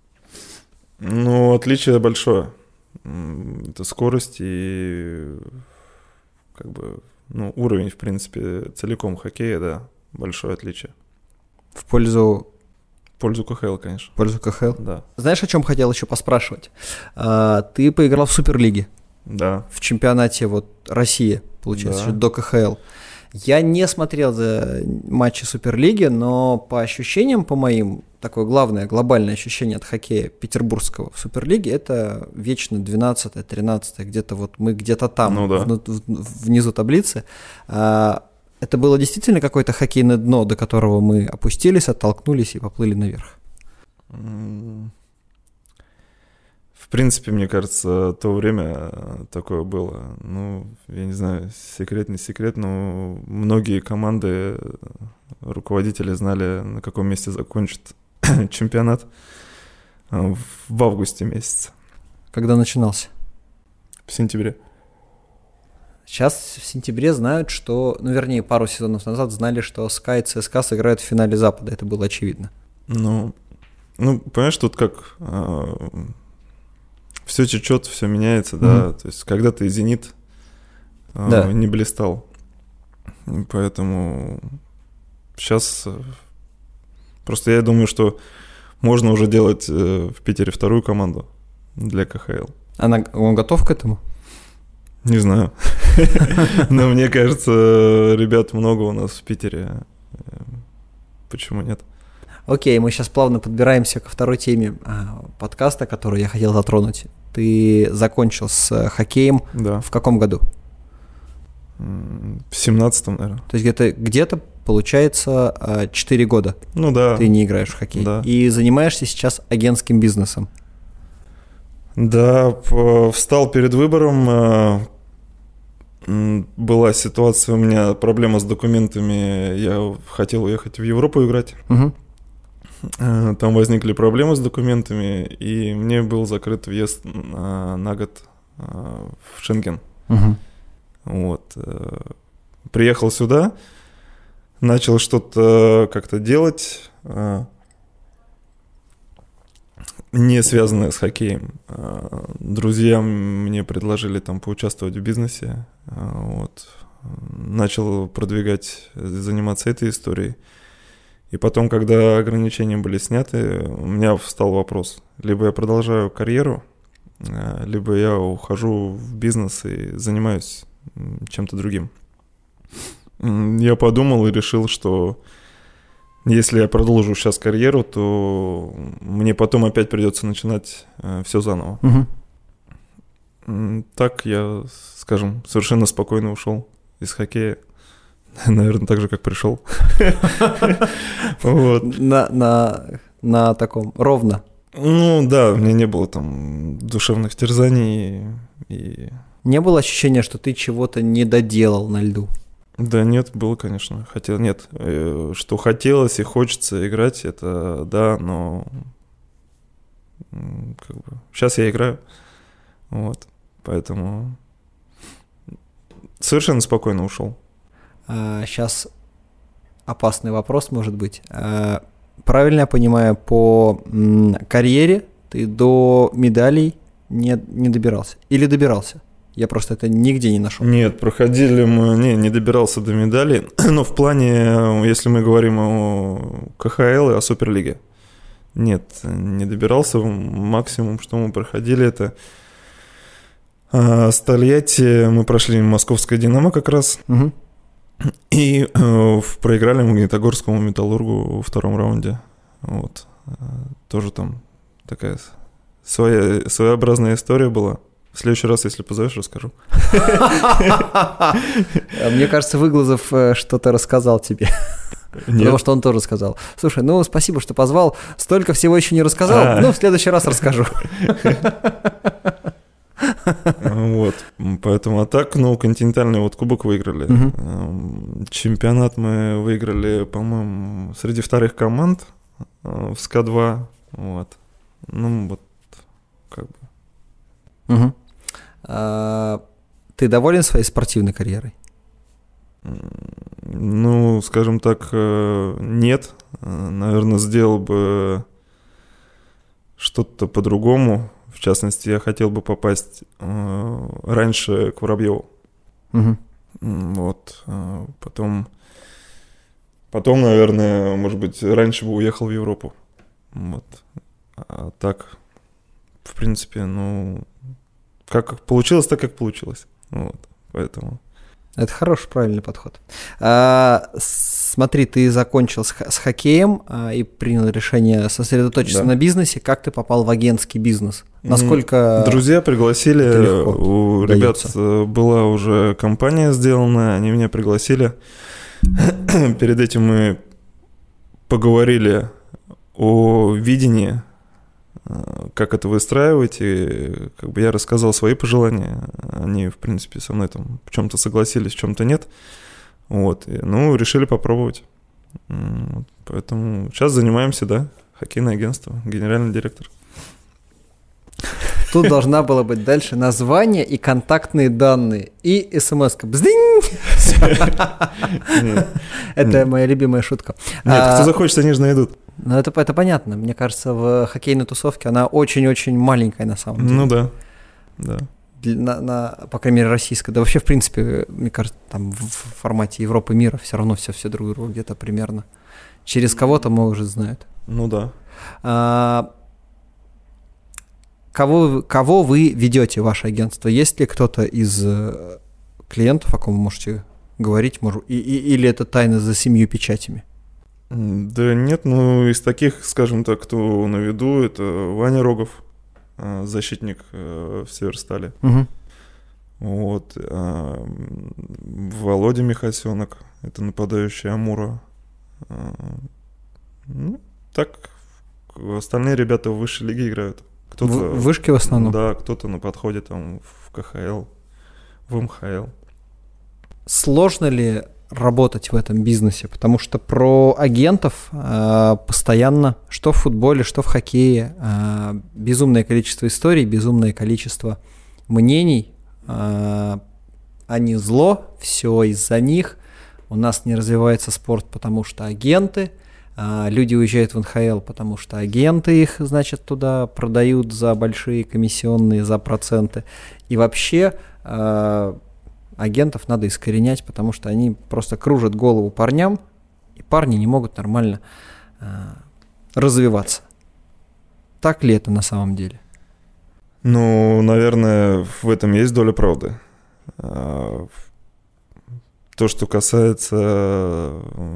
Ну, отличие большое. Это скорость и как бы, ну, уровень, в принципе, целиком хоккея, да, большое отличие. В пользу КХЛ, конечно. В пользу КХЛ? Да. Знаешь, о чем хотел еще поспрашивать? Ты поиграл в Суперлиге. Да. В чемпионате вот России, получается, до КХЛ. Я не смотрел за матчи Суперлиги, но по ощущениям, по моим, такое главное, глобальное ощущение от хоккея петербургского в Суперлиге, это вечно 12-е, 13-е, где-то вот мы где-то там, ну, да. внизу таблицы. Это было действительно какое-то хоккейное дно, до которого мы опустились, оттолкнулись и поплыли наверх? В принципе, мне кажется, то время такое было. Ну, я не знаю, секрет, не секрет, но многие команды, руководители знали, на каком месте закончат чемпионат в августе месяце. Когда начинался? В сентябре. Сейчас в сентябре знают, что, ну, вернее, пару сезонов назад знали, что СКА и ЦСКА сыграют в финале Запада. Это было очевидно. Ну понимаешь, тут как... Все течет, все меняется, да. То есть когда-то и «Зенит» не блистал. Поэтому сейчас просто я думаю, что можно уже делать в Питере вторую команду для КХЛ. Он готов к этому? Не знаю. Но мне кажется, ребят много у нас в Питере. Почему нет? Окей, мы сейчас плавно подбираемся ко второй теме подкаста, которую я хотел затронуть. Ты закончил с хоккеем в каком году? В 17-м, наверное. То есть где-то получается 4 года. Ну да. Ты не играешь в хоккей. Да. И занимаешься сейчас агентским бизнесом. Да, встал перед выбором. Была ситуация, у меня проблема с документами. Я хотел уехать в Европу играть. Угу. Там возникли проблемы с документами, и мне был закрыт въезд на год в Шенген. Угу. Вот. Приехал сюда, начал что-то как-то делать, не связанное с хоккеем. Друзья мне предложили там поучаствовать в бизнесе. Вот. Начал продвигать, заниматься этой историей. И потом, когда ограничения были сняты, у меня встал вопрос. Либо я продолжаю карьеру либо я ухожу в бизнес и занимаюсь чем-то другим. Я подумал и решил, что если я продолжу сейчас карьеру, то мне потом опять придется начинать все заново. Так я, скажем, совершенно спокойно ушел из хоккея. Наверное, так же, как пришел. На таком ровно. Ну да, у меня не было там душевных терзаний. Не было ощущения, что ты чего-то не доделал на льду? Да нет, было, конечно. Нет, что хотелось и хочется играть, это да, но как бы сейчас я играю, вот, поэтому совершенно спокойно ушел. Сейчас опасный вопрос, может быть. Правильно я понимаю, по карьере ты до медалей не добирался? Или добирался? Я просто это нигде не нашел. Нет, проходили мы... Не добирался до медалей. Но в плане, если мы говорим о КХЛ и о Суперлиге. Нет, не добирался. Максимум, что мы проходили, это с Тольятти мы прошли Московское «Динамо» как раз. Угу. И проиграли Магнитогорскому «Металлургу» во втором раунде. Вот. Тоже там такая своеобразная история была. В следующий раз, если позовешь, расскажу. Мне кажется, Выглазов что-то рассказал тебе. Нет. Потому что он тоже сказал. Слушай, ну спасибо, что позвал. Столько всего еще не рассказал. Ну, в следующий раз расскажу. Вот. Поэтому, а так, континентальный вот кубок выиграли. Чемпионат мы выиграли, по-моему, среди вторых команд в СКА-2. Вот. Ну, вот, как бы. Угу. Ты доволен своей спортивной карьерой? Ну, скажем так, нет. Наверное, сделал бы что-то по-другому. В частности, я хотел бы попасть раньше к Воробьеву. Угу. Вот. Потом, наверное, может быть, раньше бы уехал в Европу. Вот. А так, в принципе, как получилось, так как получилось. Вот, поэтому. Это хороший, правильный подход. Смотри, ты закончил с хоккеем и принял решение сосредоточиться на бизнесе. Как ты попал в агентский бизнес? Насколько друзья пригласили, у ребят была уже компания сделана, они меня пригласили. Перед этим мы поговорили о видении, как это выстраивать, и как бы я рассказал свои пожелания, они, в принципе, со мной там в чем-то согласились, в чем-то нет, вот, и, решили попробовать, вот, поэтому сейчас занимаемся, да, хоккейное агентство, генеральный директор. Тут должна была быть дальше название и контактные данные, и смс-ка. Бздинь! Это моя любимая шутка. Нет, кто захочет, они же найдут. Ну, это понятно. Мне кажется, в хоккейной тусовке она очень-очень маленькая на самом деле. Ну да. По крайней мере, российская. Да вообще, в принципе, мне кажется, там в формате Европы, мира все равно все друг друга где-то примерно. Через кого-то, может, знают. Ну да. Кого вы ведете в ваше агентство? Есть ли кто-то из клиентов, о ком вы можете говорить? Или это тайна за 7 печатями? Да нет, из таких, скажем так, кто на виду, это Ваня Рогов, защитник в Северстале. Угу. Вот. Володя Михасенок, это нападающий Амура. Так, остальные ребята в высшей лиге играют. Кто-то в вышке в основном? Да, кто-то на подходе там в КХЛ, в МХЛ. Сложно ли работать в этом бизнесе? Потому что про агентов постоянно, что в футболе, что в хоккее, безумное количество историй, безумное количество мнений. Они зло, все из-за них. У нас не развивается спорт, потому что агенты. Люди уезжают в НХЛ, потому что агенты их, значит, туда продают за большие комиссионные, за проценты. И вообще агентов надо искоренять, потому что они просто кружат голову парням, и парни не могут нормально развиваться. Так ли это на самом деле? Ну, наверное, в этом есть доля правды. То, что касается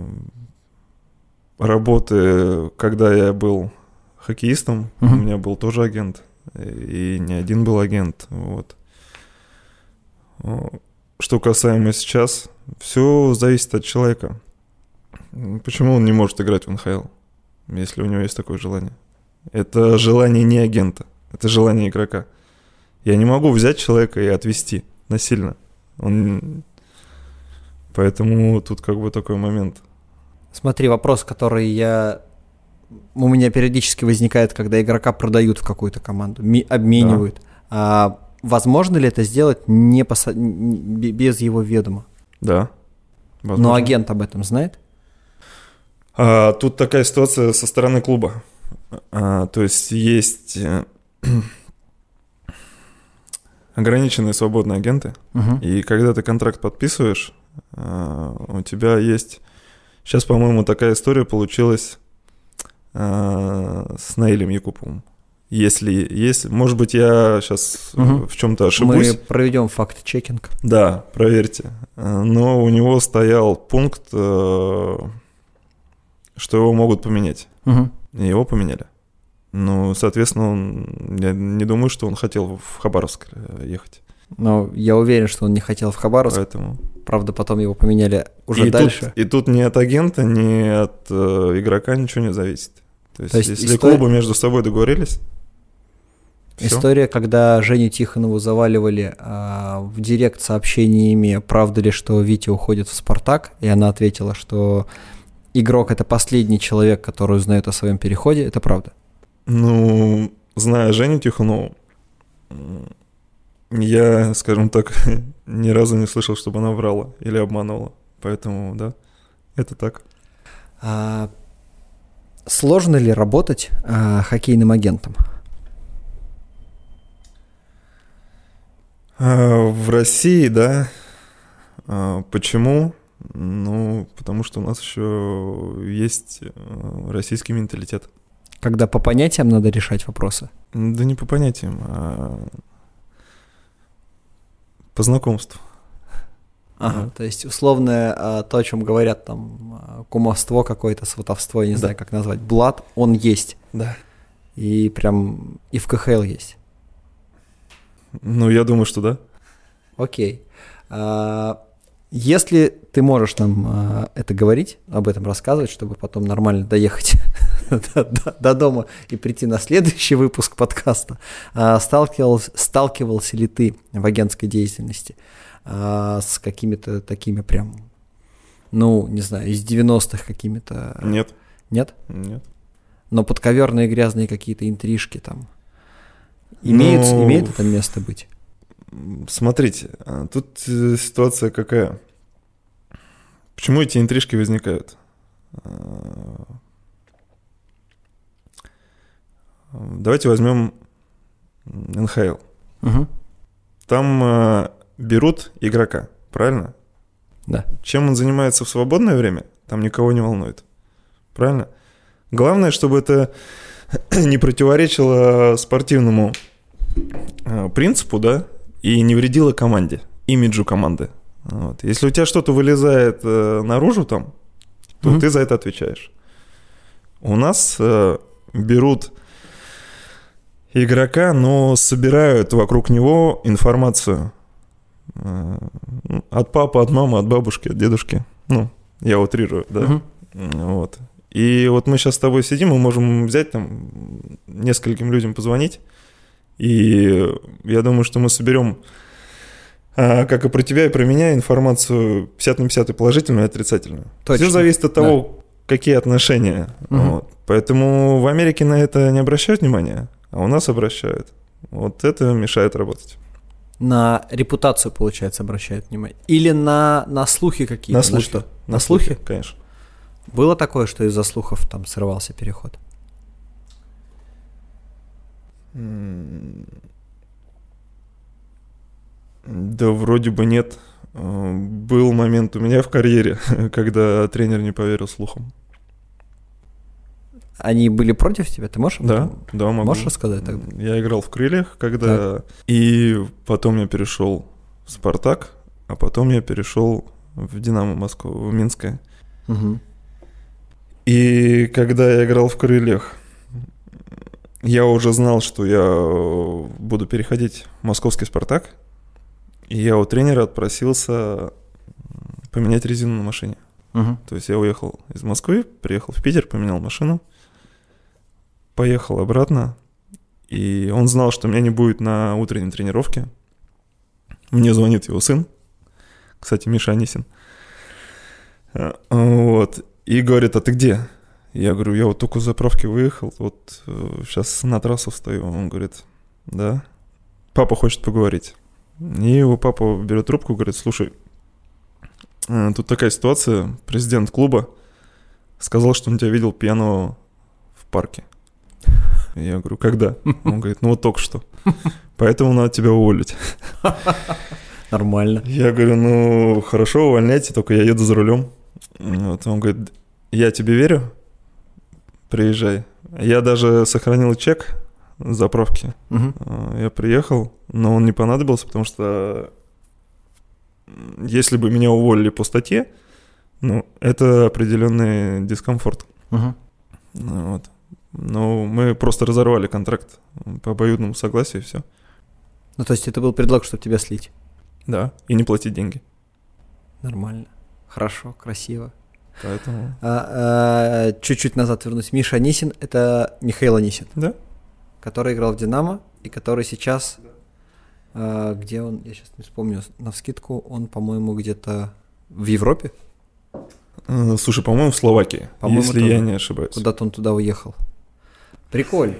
работы, когда я был хоккеистом, у меня был тоже агент, и не один был агент. Вот. Что касаемо сейчас, все зависит от человека. Почему он не может играть в НХЛ, если у него есть такое желание? Это желание не агента, это желание игрока. Я не могу взять человека и отвезти насильно. Поэтому тут как бы такой момент. Смотри, вопрос, который у меня периодически возникает, когда игрока продают в какую-то команду, обменивают. Да. Возможно ли это сделать без его ведома? Да. Возможно. Но агент об этом знает? Тут такая ситуация со стороны клуба. То есть ограниченные свободные агенты, и когда ты контракт подписываешь, у тебя есть... Сейчас, по-моему, такая история получилась с Наилем Якуповым. Если, может быть, я сейчас в чем-то ошибусь. Мы проведем факт-чекинг. Да, проверьте. Но у него стоял пункт, что его могут поменять. И его поменяли. Ну, соответственно, я не думаю, что он хотел в Хабаровск ехать. Но я уверен, что он не хотел в Хабаровск. Поэтому... Правда, потом его поменяли уже дальше. И тут ни от агента, ни от игрока ничего не зависит. То есть если клубы между собой договорились... История, когда Женю Тихонову заваливали в директ сообщениями, правда ли, что Витя уходит в «Спартак», и она ответила, что игрок – это последний человек, который узнает о своем переходе, это правда? Ну, зная Женю Тихонову, я, скажем так, ни разу не слышал, чтобы она врала или обманывала. Поэтому, да, это так. Сложно ли работать хоккейным агентом? В России, да. Почему? Ну, потому что у нас еще есть российский менталитет. Когда по понятиям надо решать вопросы? Да не по понятиям, а по знакомству. Ага, то есть условное то, о чем говорят там кумовство какое-то, сватовство, я не знаю, как назвать, блат, он есть. Да. И прям и в КХЛ есть. Ну, я думаю, что да. Окей. Если ты можешь нам это говорить, об этом рассказывать, чтобы потом нормально доехать до дома и прийти на следующий выпуск подкаста, сталкивался ли ты в агентской деятельности с какими-то такими прям, ну, не знаю, из 90-х какими-то... Нет. Нет? Нет. Но подковерные грязные какие-то интрижки там имеет это место быть? Смотрите, тут ситуация какая. Почему эти интрижки возникают? Давайте возьмем НХЛ. Угу. Там берут игрока, правильно? Да. Чем он занимается в свободное время, там никого не волнует. Правильно? Главное, чтобы это не противоречило спортивному принципу, да, и не вредило команде, имиджу команды. Вот. Если у тебя что-то вылезает наружу там, то ты за это отвечаешь. У нас берут игрока, но собирают вокруг него информацию от папы, от мамы, от бабушки, от дедушки. Ну, я утрирую, да. Вот. И вот мы сейчас с тобой сидим, мы можем взять там нескольким людям позвонить, и я думаю, что мы соберем, как и про тебя, и про меня, информацию 50 на 50, и положительную, и отрицательную. Точно. Все зависит от того, какие отношения. Вот. Поэтому в Америке на это не обращают внимания, а у нас обращают. Вот это мешает работать. На репутацию, получается, обращают внимание? Или на слухи какие-то? На слухи. Что? На слухи? Конечно. Было такое, что из-за слухов там срывался переход? Да вроде бы нет. Был момент у меня в карьере, когда тренер не поверил слухам. Они были против тебя? Ты можешь? Да, могу. Можешь рассказать тогда? Я играл в «Крыльях», когда... Так. И потом я перешел в «Спартак», а потом я перешел в «Динамо» Москву, в Минское. Угу. И когда я играл в «Крыльях», я уже знал, что я буду переходить в московский «Спартак». И я у тренера отпросился поменять резину на машине. Угу. То есть я уехал из Москвы, приехал в Питер, поменял машину, поехал обратно. И он знал, что меня не будет на утренней тренировке. Мне звонит его сын, кстати, Миша Анисин. Вот. И говорит: а ты где? Я говорю: я вот только с заправки выехал, вот сейчас на трассу встаю. Он говорит: да, папа хочет поговорить. И его папа берет трубку и говорит: слушай, тут такая ситуация, президент клуба сказал, что он тебя видел пьяного в парке. Я говорю: когда? Он говорит: ну вот только что. Поэтому надо тебя уволить. Нормально. Я говорю: ну хорошо, увольняйте, только я еду за рулем. Вот. Он говорит: я тебе верю, приезжай. Я даже сохранил чек с заправки. Я приехал, но он не понадобился, потому что если бы меня уволили по статье, ну, это определенный дискомфорт. Вот. Но мы просто разорвали контракт по обоюдному согласию, и все. Ну, то есть это был предлог, чтобы тебя слить? Да, и не платить деньги. Нормально. Хорошо, красиво. Поэтому... Чуть-чуть назад вернусь. Миша Анисин — это Михаил Анисин. Да. Который играл в «Динамо» и который сейчас... где он? Я сейчас не вспомню навскидку. Он, по-моему, где-то в Европе? Слушай, по-моему, в Словакии, по-моему, если я не ошибаюсь. Куда-то он туда уехал. Прикольно.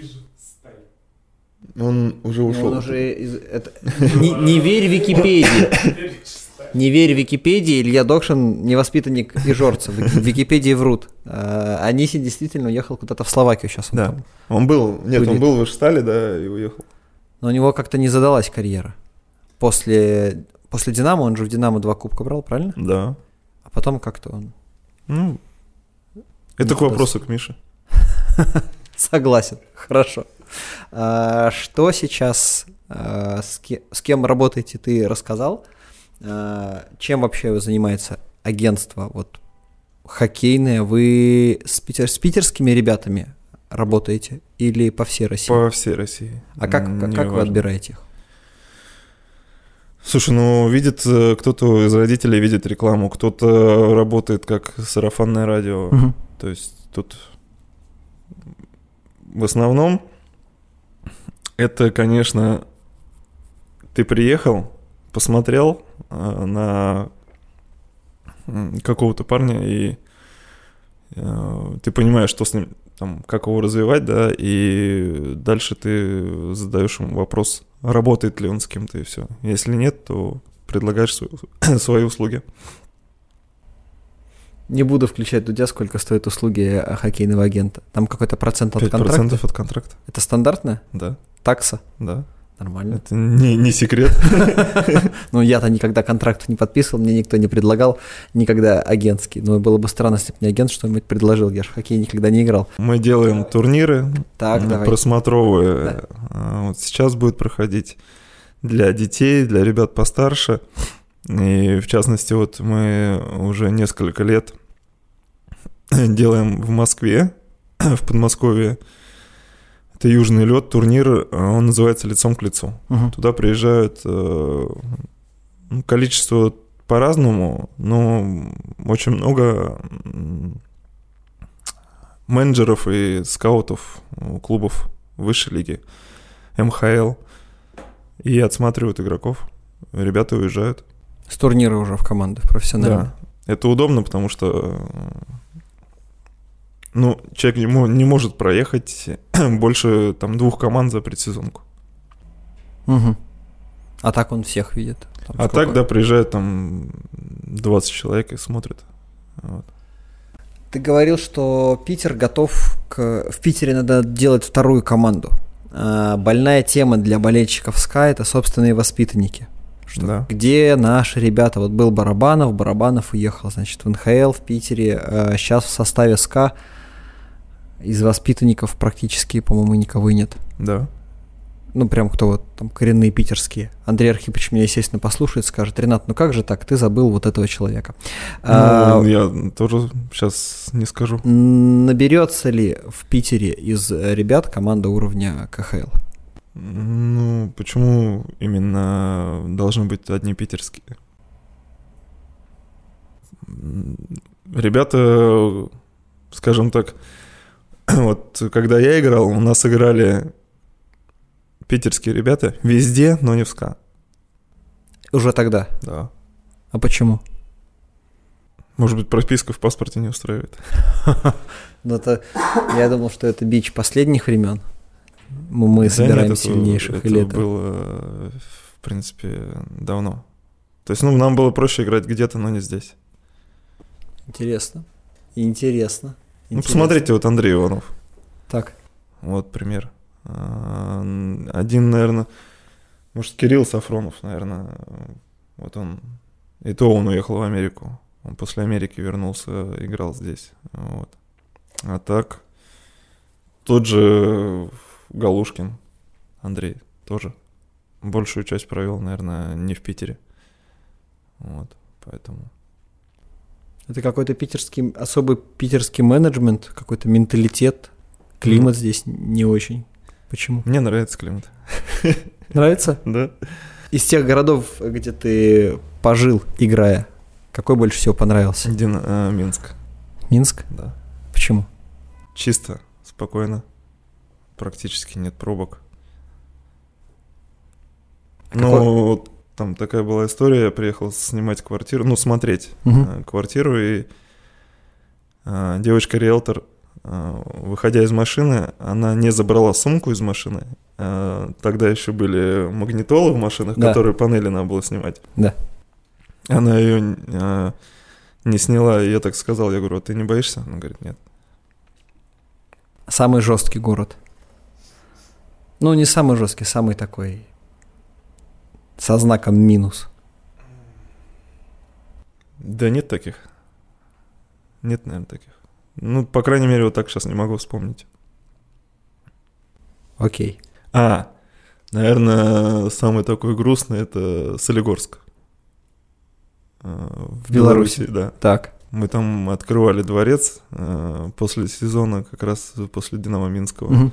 Он уже ушел. Он уже не верь Википедии. Не верь Википедии. Илья Докшин не воспитанник ижорца. В Википедии врут. Анисин действительно уехал куда-то в Словакию сейчас. Да. Он был в Ижтале, да, и уехал. Но у него как-то не задалась карьера. После «Динамо», он же в «Динамо» 2 кубка брал, правильно? Да. А потом как-то он... Ну, это к вопросу к Мише. Согласен, хорошо. Что сейчас, с кем работаете, ты рассказал. Чем вообще занимается агентство вот, хоккейное? Вы с питерскими ребятами работаете или по всей России? По всей России. А как вы отбираете их? Слушай, ну видит кто-то из родителей видит рекламу, кто-то работает как сарафанное радио. Угу. То есть тут в основном это, конечно, ты приехал, посмотрел на какого-то парня, и ты понимаешь, что с ним, там, как его развивать, да, и дальше ты задаешь ему вопрос, работает ли он с кем-то, и все. Если нет, то предлагаешь свои услуги. Не буду включать Дудя, сколько стоят услуги хоккейного агента. Там какой-то процент от контракта? 5% от контракта. Это стандартно? Да. Такса? Да. Нормально. Это не секрет. Ну, я-то никогда контракт не подписывал, мне никто не предлагал, никогда агентский. Но было бы странно, если бы мне агент что-нибудь предложил, я же в хоккей никогда не играл. Мы делаем турниры Да. просмотровые. Вот сейчас будет проходить для детей, для ребят постарше. И в частности, вот мы уже несколько лет делаем в Москве, в Подмосковье. Это южный лед, турнир, он называется «Лицом к лицу». Угу. Туда приезжают количество по-разному, но очень много менеджеров и скаутов клубов высшей лиги, МХЛ, и отсматривают игроков. Ребята уезжают. С турнира уже в команды, в профессиональные. Да, это удобно, потому что человек не может проехать больше там 2 команд за предсезонку. Угу. А так он всех видит? Там так, да, приезжает там 20 человек и смотрит. Вот. Ты говорил, что Питер готов в Питере надо делать вторую команду. Больная тема для болельщиков СКА — это собственные воспитанники. Да. Где наши ребята? Вот был Барабанов уехал, значит, в НХЛ в Питере, сейчас в составе СКА. Из воспитанников практически, по-моему, никого и нет. Да. Ну, прям кто вот там коренные питерские. Андрей Архипович меня, естественно, послушает, скажет: Ренат, ну как же так, ты забыл вот этого человека. Я тоже сейчас не скажу. Наберется ли в Питере из ребят команда уровня КХЛ? Ну, почему именно должны быть одни питерские? Ребята, скажем так, вот когда я играл, у нас играли питерские ребята везде, но не в СКА. Уже тогда? Да. А почему? Может быть, прописка в паспорте не устраивает. Ну, я думал, что это бич последних времен. Мы собираем сильнейших. Это было, в принципе, давно. То есть, нам было проще играть где-то, но не здесь. Интересно. Посмотрите, вот Андрей Иванов. Так. Вот пример. Один, наверное, может, Кирилл Сафронов, наверное, вот он, и то он уехал в Америку. Он после Америки вернулся, играл здесь. Вот. А так, тот же Галушкин Андрей тоже большую часть провел, наверное, не в Питере. Вот, поэтому... Это какой-то особый питерский менеджмент, какой-то менталитет, климат здесь не очень. Почему? Мне нравится климат. Нравится? Да. Из тех городов, где ты пожил, играя, какой больше всего понравился? Минск. Минск? Да. Почему? Чисто, спокойно. Практически нет пробок. Вот там такая была история. Я приехал снимать квартиру, смотреть квартиру, и девочка-риэлтор, выходя из машины, она не забрала сумку из машины. Тогда еще были магнитолы в машинах, которые панели надо было снимать. Да. Она ее не сняла, и я так сказал, я говорю: ты не боишься? Она говорит: нет. Самый жесткий город? Ну, не самый жесткий, самый такой со знаком минус. Да нет таких. Нет, наверное, таких. По крайней мере, вот так сейчас не могу вспомнить. Окей. Наверное, самый такой грустный — это Солигорск. В Беларуси, да. Так. Мы там открывали дворец после сезона, как раз после «Динамо» Минского.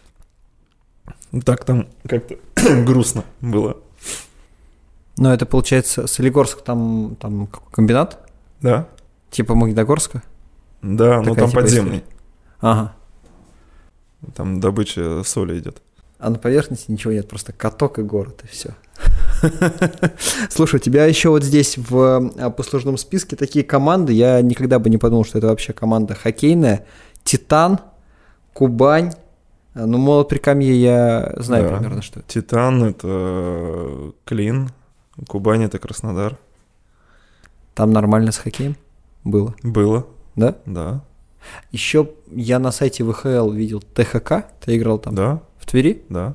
Так там как-то грустно было. Но это, получается, Солигорск, там комбинат? Да. Типа Магнитогорска? Да, но там подземный. История. Ага. Там добыча соли идет. А на поверхности ничего нет, просто каток и город, и все. Слушай, у тебя еще вот здесь в послужном списке такие команды, я никогда бы не подумал, что это вообще команда хоккейная. «Титан», «Кубань». «Молот Прикамье» я знаю примерно, что это. «Титан» — это «Клин», «Кубань» — это «Краснодар». Там нормально с хоккеем было? Было. Да? Да. Еще я на сайте ВХЛ видел ТХК, ты играл там? Да. В Твери? Да.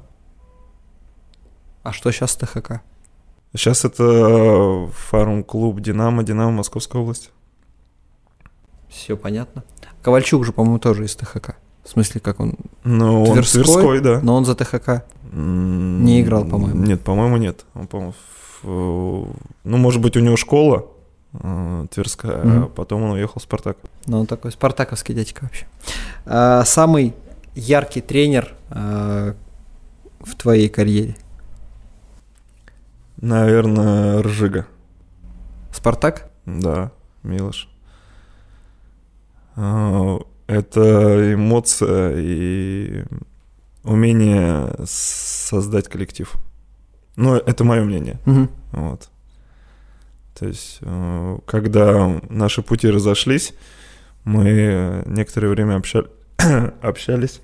А что сейчас с ТХК? Сейчас это фарм-клуб «Динамо», Московская область. Все понятно. Ковальчук же, по-моему, тоже из ТХК. В смысле, как он? Он Тверской, да. Но он за ТХК не играл, по-моему. Нет, по-моему, нет. Он, по-моему, может быть, у него школа Тверская, а потом он уехал в «Спартак». Ну, он такой спартаковский дядька вообще. Самый яркий тренер в твоей карьере? Наверное, Ржига. «Спартак»? Да, Милош. Это эмоция и умение создать коллектив. Это мое мнение. Вот. То есть, когда наши пути разошлись, мы некоторое время общались.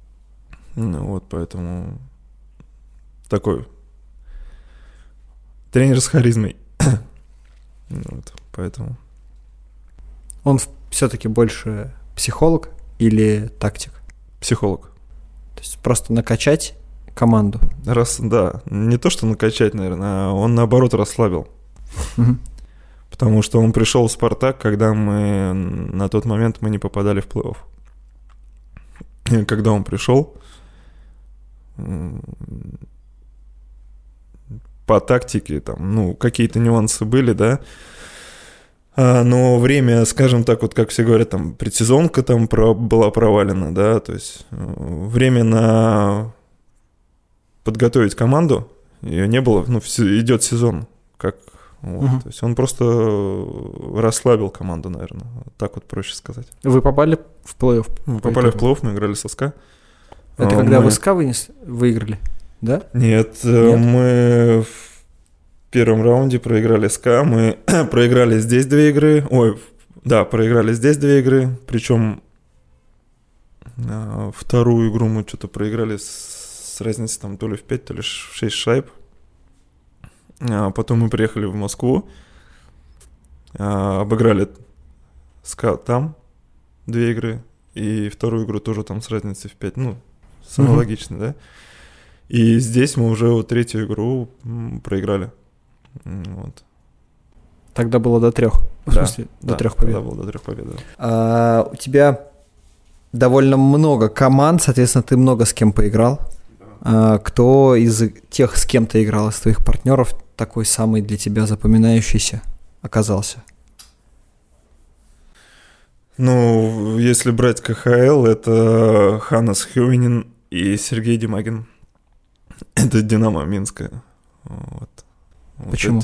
Поэтому такой тренер с харизмой. Поэтому. Он все-таки больше психолог или тактик? Психолог. То есть просто накачать команду? Да. Не то, что накачать, наверное, а он, наоборот, расслабил. Потому что он пришел в «Спартак», когда на тот момент мы не попадали в плей-офф. когда он пришел, по тактике там, какие-то нюансы были, да, но время, скажем так, вот как все говорят, там, предсезонка там была провалена, да, то есть время на подготовить команду, ее не было, идет сезон, как, вот, то есть он просто расслабил команду, наверное, так вот проще сказать. Вы попали в плей-офф? Мы попали в плей-офф, мы играли со СКА. Это когда вы СКА выиграли, да? Нет, мы в первом раунде проиграли СКА, мы проиграли здесь 2 игры, проиграли здесь 2 игры, причем вторую игру мы что-то проиграли с разницей там то ли в 5, то ли в 6 шайб. Потом мы приехали в Москву, обыграли СКА там 2 игры, и вторую игру тоже там с разницей в 5, самое логичное, да. И здесь мы уже вот 3-ю игру проиграли. Вот. Тогда было до 3. В смысле, до 3 побед. Тогда было до 3 побед, да. У тебя довольно много команд, соответственно, ты много с кем поиграл. Кто из тех, с кем ты играл, из твоих партнеров, такой самый для тебя запоминающийся оказался? Если брать КХЛ, это Ханас Хёвинин и Сергей Демагин. Это «Динамо» Минское. Вот. Почему?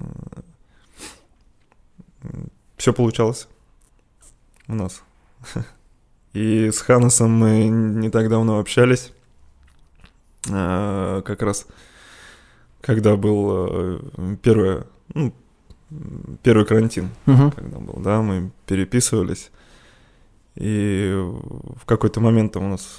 Все получалось у нас. И с Ханасом мы не так давно общались. Как раз когда был первый карантин, когда был, да, мы переписывались. И в какой-то момент там у нас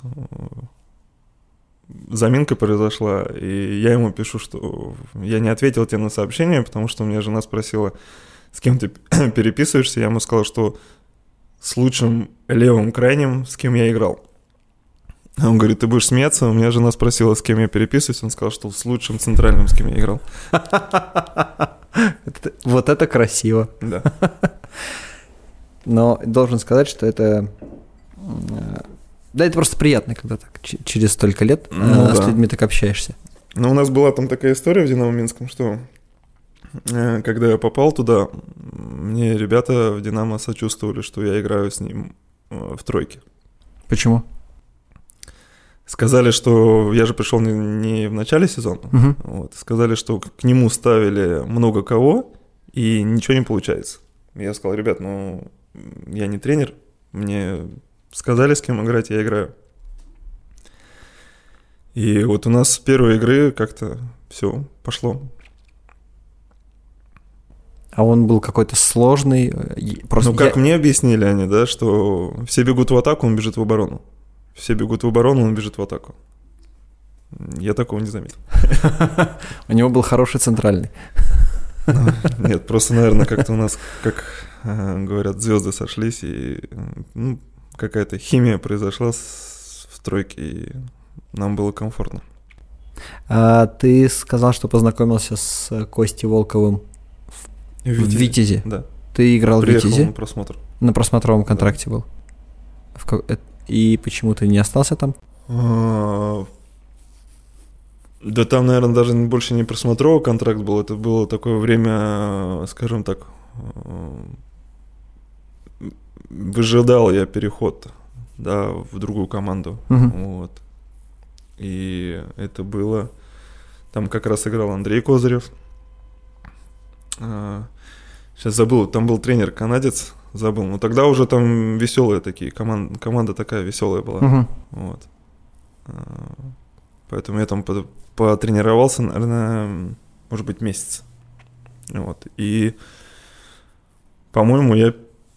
заминка произошла, и я ему пишу, что я не ответил тебе на сообщение, потому что у меня жена спросила, с кем ты переписываешься. Я ему сказал, что с лучшим левым крайним, с кем я играл. Он говорит, ты будешь смеяться? У меня жена спросила, с кем я переписываюсь. Он сказал, что с лучшим центральным, с кем я играл. Вот это красиво. Да. Но должен сказать, что это... Да, это просто приятно, когда так через столько лет с людьми так общаешься. У нас была там такая история в «Динамо» Минском, что когда я попал туда, мне ребята в «Динамо» сочувствовали, что я играю с ним в тройке. Почему? Сказали, что я же пришел не в начале сезона. Вот, сказали, что к нему ставили много кого, и ничего не получается. Я сказал, ребят, я не тренер, мне сказали, с кем играть, я играю. И вот у нас с первой игры как-то все пошло. А он был какой-то сложный? Как мне объяснили они, да, что все бегут в атаку, он бежит в оборону. Все бегут в оборону, он бежит в атаку. Я такого не заметил. У него был хороший центральный. Нет, просто, наверное, как-то у нас, как говорят, звезды сошлись, и какая-то химия произошла в тройке, и нам было комфортно. Ты сказал, что познакомился с Костей Волковым в «Витязе». Да. Ты играл в «Витязе»? Приехал на просмотр. На просмотровом контракте был. И почему ты не остался там? Да там, наверное, даже больше не просмотровый контракт был. Это было такое время, скажем так, выжидал я переход, да, в другую команду. Вот. И это было... Там как раз играл Андрей Козырев. Сейчас забыл, там был тренер-канадец, забыл. Но тогда уже там веселые такие, команда такая веселая была. Вот. Поэтому я там потренировался, наверное, может быть, месяц. Вот. И, по-моему, я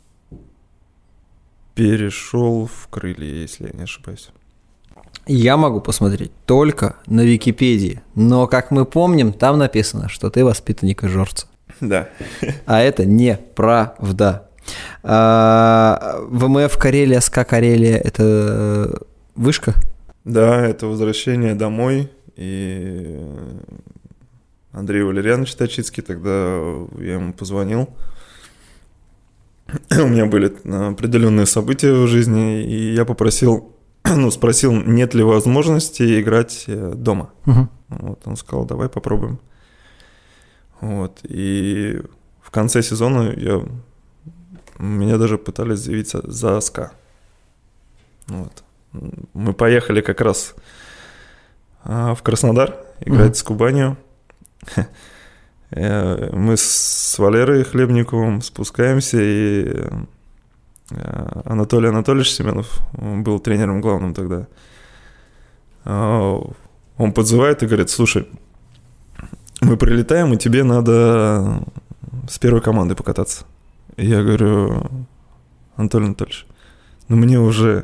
перешел в «Крылья», если я не ошибаюсь. Я могу посмотреть только на Википедии, но, как мы помним, там написано, что ты воспитанник Ижорца. Да. А это неправда. ВМФ Карелия, СКА Карелия – это вышка? Да, это возвращение домой. И Андрей Валерьянович Точицкий, тогда я ему позвонил. У меня были определенные события в жизни, и я попросил спросил, нет ли возможности играть дома. Угу. Вот, он сказал, давай попробуем. Вот, и в конце сезона меня даже пытались заявить за СКА. Вот. Мы поехали как раз в Краснодар играть с Кубанью. Мы с Валерой Хлебниковым спускаемся, и Анатолий Анатольевич Семенов был тренером главным тогда. Он подзывает и говорит, слушай, мы прилетаем, и тебе надо с первой командой покататься. И я говорю, Анатолий Анатольевич, мне уже...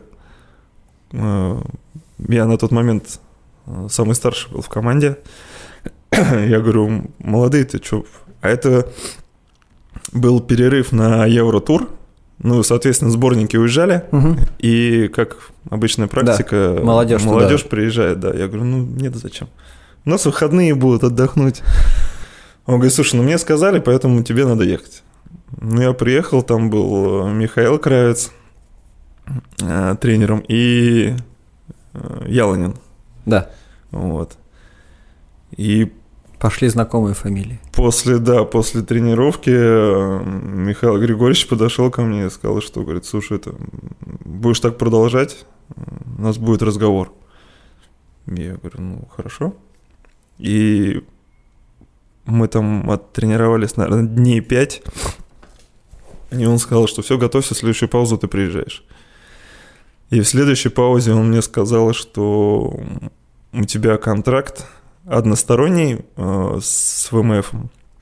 Я на тот момент самый старший был в команде. Я говорю, молодые, ты что? А это был перерыв на Евротур. Соответственно, сборники уезжали. И, как обычная практика, да, молодежь приезжает. Да. Я говорю, нет, зачем? У нас выходные будут, отдохнуть. Он говорит, слушай, мне сказали, поэтому тебе надо ехать. Я приехал, там был Михаил Кравец тренером и Яланин. Да. Вот. И пошли знакомые фамилии. После тренировки Михаил Григорьевич подошел ко мне и сказал, что, говорит, слушай, будешь так продолжать, у нас будет разговор. Я говорю, хорошо. И мы там оттренировались, наверное, дней 5. И он сказал, что все, готовься, в следующую паузу ты приезжаешь. И в следующей паузе он мне сказал, что у тебя контракт односторонний с ВМФ.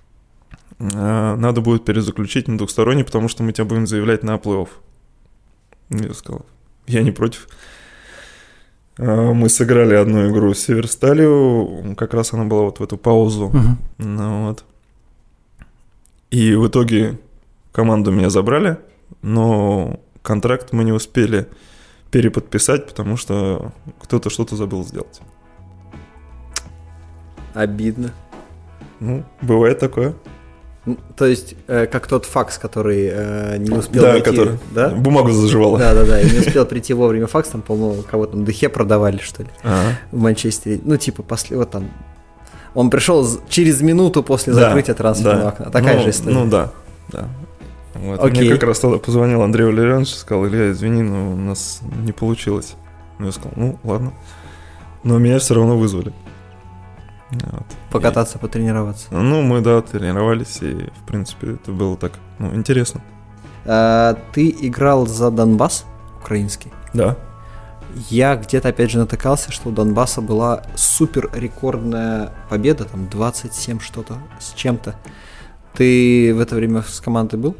Надо будет перезаключить на двухсторонний, потому что мы тебя будем заявлять на плей-офф. Я сказал, я не против. Мы сыграли одну игру с Северсталью, как раз она была вот в эту паузу. Вот. И в итоге команду меня забрали, но контракт мы не успели переподписать, потому что кто-то что-то забыл сделать. Обидно. Бывает такое. То есть, как тот факс, который не успел прийти, который бумагу заживала. Да, и не успел прийти вовремя факс, там, по-моему, кого-то там Дехе продавали, что ли, в Манчестере. Вот там, он пришел через минуту после закрытия трансферного окна. Такая же история. Да. Вот. Мне как раз тогда позвонил Андрей Валерьянович и сказал, Илья, извини, но у нас не получилось. Я сказал, ладно. Но меня все равно вызвали. Вот. Покататься, потренироваться. Мы, тренировались, и, в принципе, это было так, интересно. Ты играл за Донбасс украинский? Да. Я где-то, опять же, натыкался, что у Донбасса была супер рекордная победа, там 27 что-то с чем-то. Ты в это время с командой был?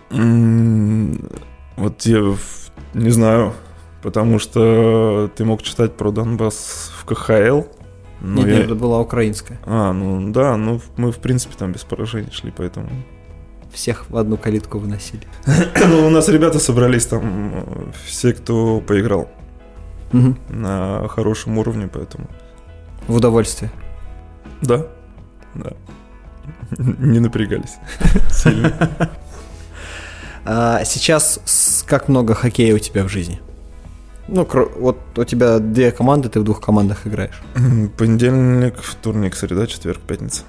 Вот я не знаю, потому что ты мог читать про Донбасс в КХЛ. Нет, это была украинская. Мы, в принципе, там без поражений шли, поэтому... Всех в одну калитку выносили. У нас ребята собрались там, все, кто поиграл на хорошем уровне, поэтому... В удовольствие. Да. Не напрягались сильно. Сейчас как много хоккея у тебя в жизни? Вот у тебя 2 команды, ты в 2 командах играешь. Понедельник, вторник, среда, четверг, пятница.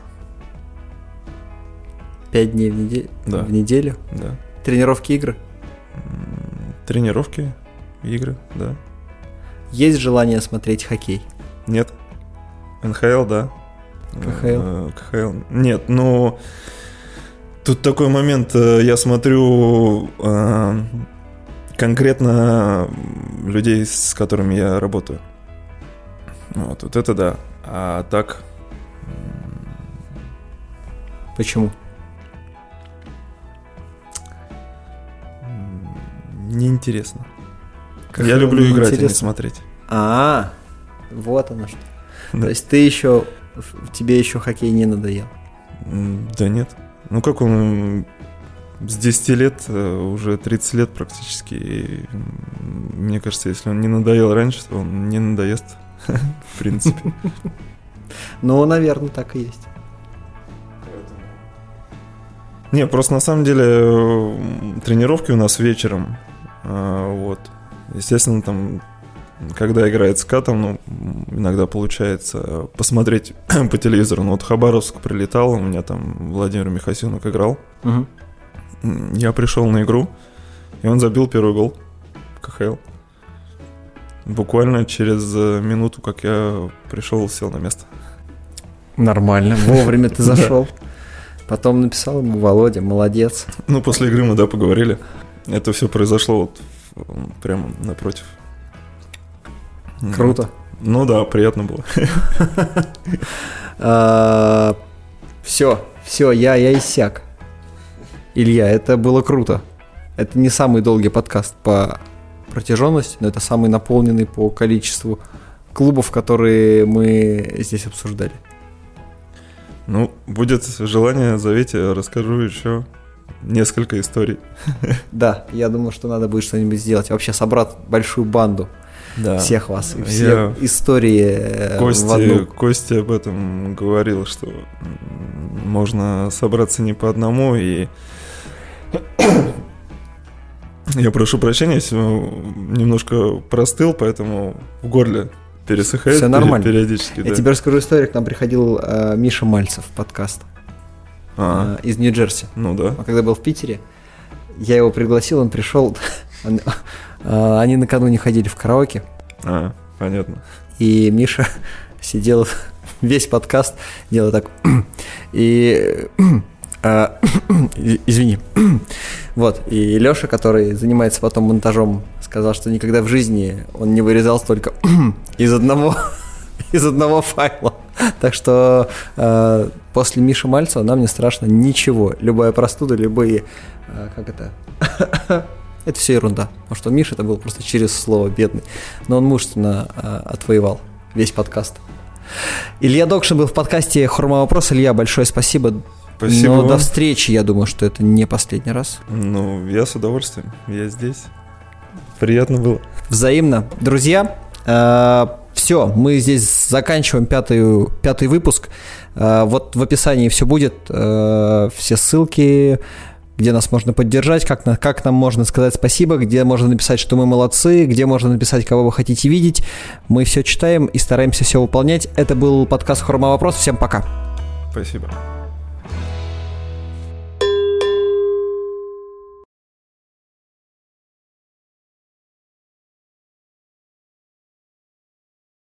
5 дней в неделю? Да. Тренировки, игры? Тренировки, игры, да. Есть желание смотреть хоккей? Нет. НХЛ, да. КХЛ. Нет, тут такой момент, я смотрю конкретно людей, с которыми я работаю. Вот это да. А так... Почему? Неинтересно. Я люблю играть, а не смотреть. Вот оно что. Да. То есть тебе еще хоккей не надоел? Да нет. Как он... С 10 лет, уже 30 лет практически. И, мне кажется, если он не надоел раньше, то он не надоест, в принципе. Наверное, так и есть. Не, просто на самом деле тренировки у нас вечером. Вот. Естественно, там когда играет СКА, там, ну, иногда получается посмотреть по телевизору. Ну, вот Хабаровск прилетал, у меня там Владимир Михасюнок играл. Угу. Я пришел на игру, и он забил первый гол в КХЛ. Буквально через минуту, как я пришел, сел на место. Нормально, вовремя ты зашел. Потом написал ему: Володя, молодец. Ну, после игры мы, да, поговорили. Это все произошло вот прямо напротив. Круто. Ну да, приятно было. Все, я иссяк. Илья, это было круто. Это не самый долгий подкаст по протяженности, но это самый наполненный по количеству клубов, которые мы здесь обсуждали. Ну, будет желание, зовите, расскажу еще несколько историй. Да, я думаю, что надо будет что-нибудь сделать. Вообще собрать большую банду всех вас. И все истории в одну. Костя об этом говорил, что можно собраться не по одному. И я прошу прощения, если немножко простыл, поэтому в горле пересыхает. Все нормально. Периодически. Я тебе расскажу историю. К нам приходил Миша Мальцев в подкаст из Нью-Джерси. Ну да. Он когда был в Питере, я его пригласил, он пришел. Они накануне ходили в караоке. Понятно. И Миша сидел весь подкаст, делал так. И извини. Вот. И Лёша, который занимается потом монтажом, сказал, что никогда в жизни он не вырезал столько из одного файла. Так что после Миши Мальцева нам не страшно ничего. Любая простуда, любые... Это все ерунда. Потому что Миша это был просто через слово бедный. Но он мужественно отвоевал весь подкаст. Илья Докшин был в подкасте «Хурма вопрос». Илья, большое спасибо. Спасибо. Но до встречи, я думаю, что это не последний раз. Ну, я с удовольствием. Я здесь. Приятно было. Взаимно. Друзья, все, мы здесь заканчиваем пятый выпуск. Вот в описании все будет, все ссылки, где нас можно поддержать, как нам можно сказать спасибо, где можно написать, что мы молодцы, где можно написать, кого вы хотите видеть. Мы все читаем и стараемся все выполнять. Это был подкаст «Хурма вопрос». Всем пока. Спасибо.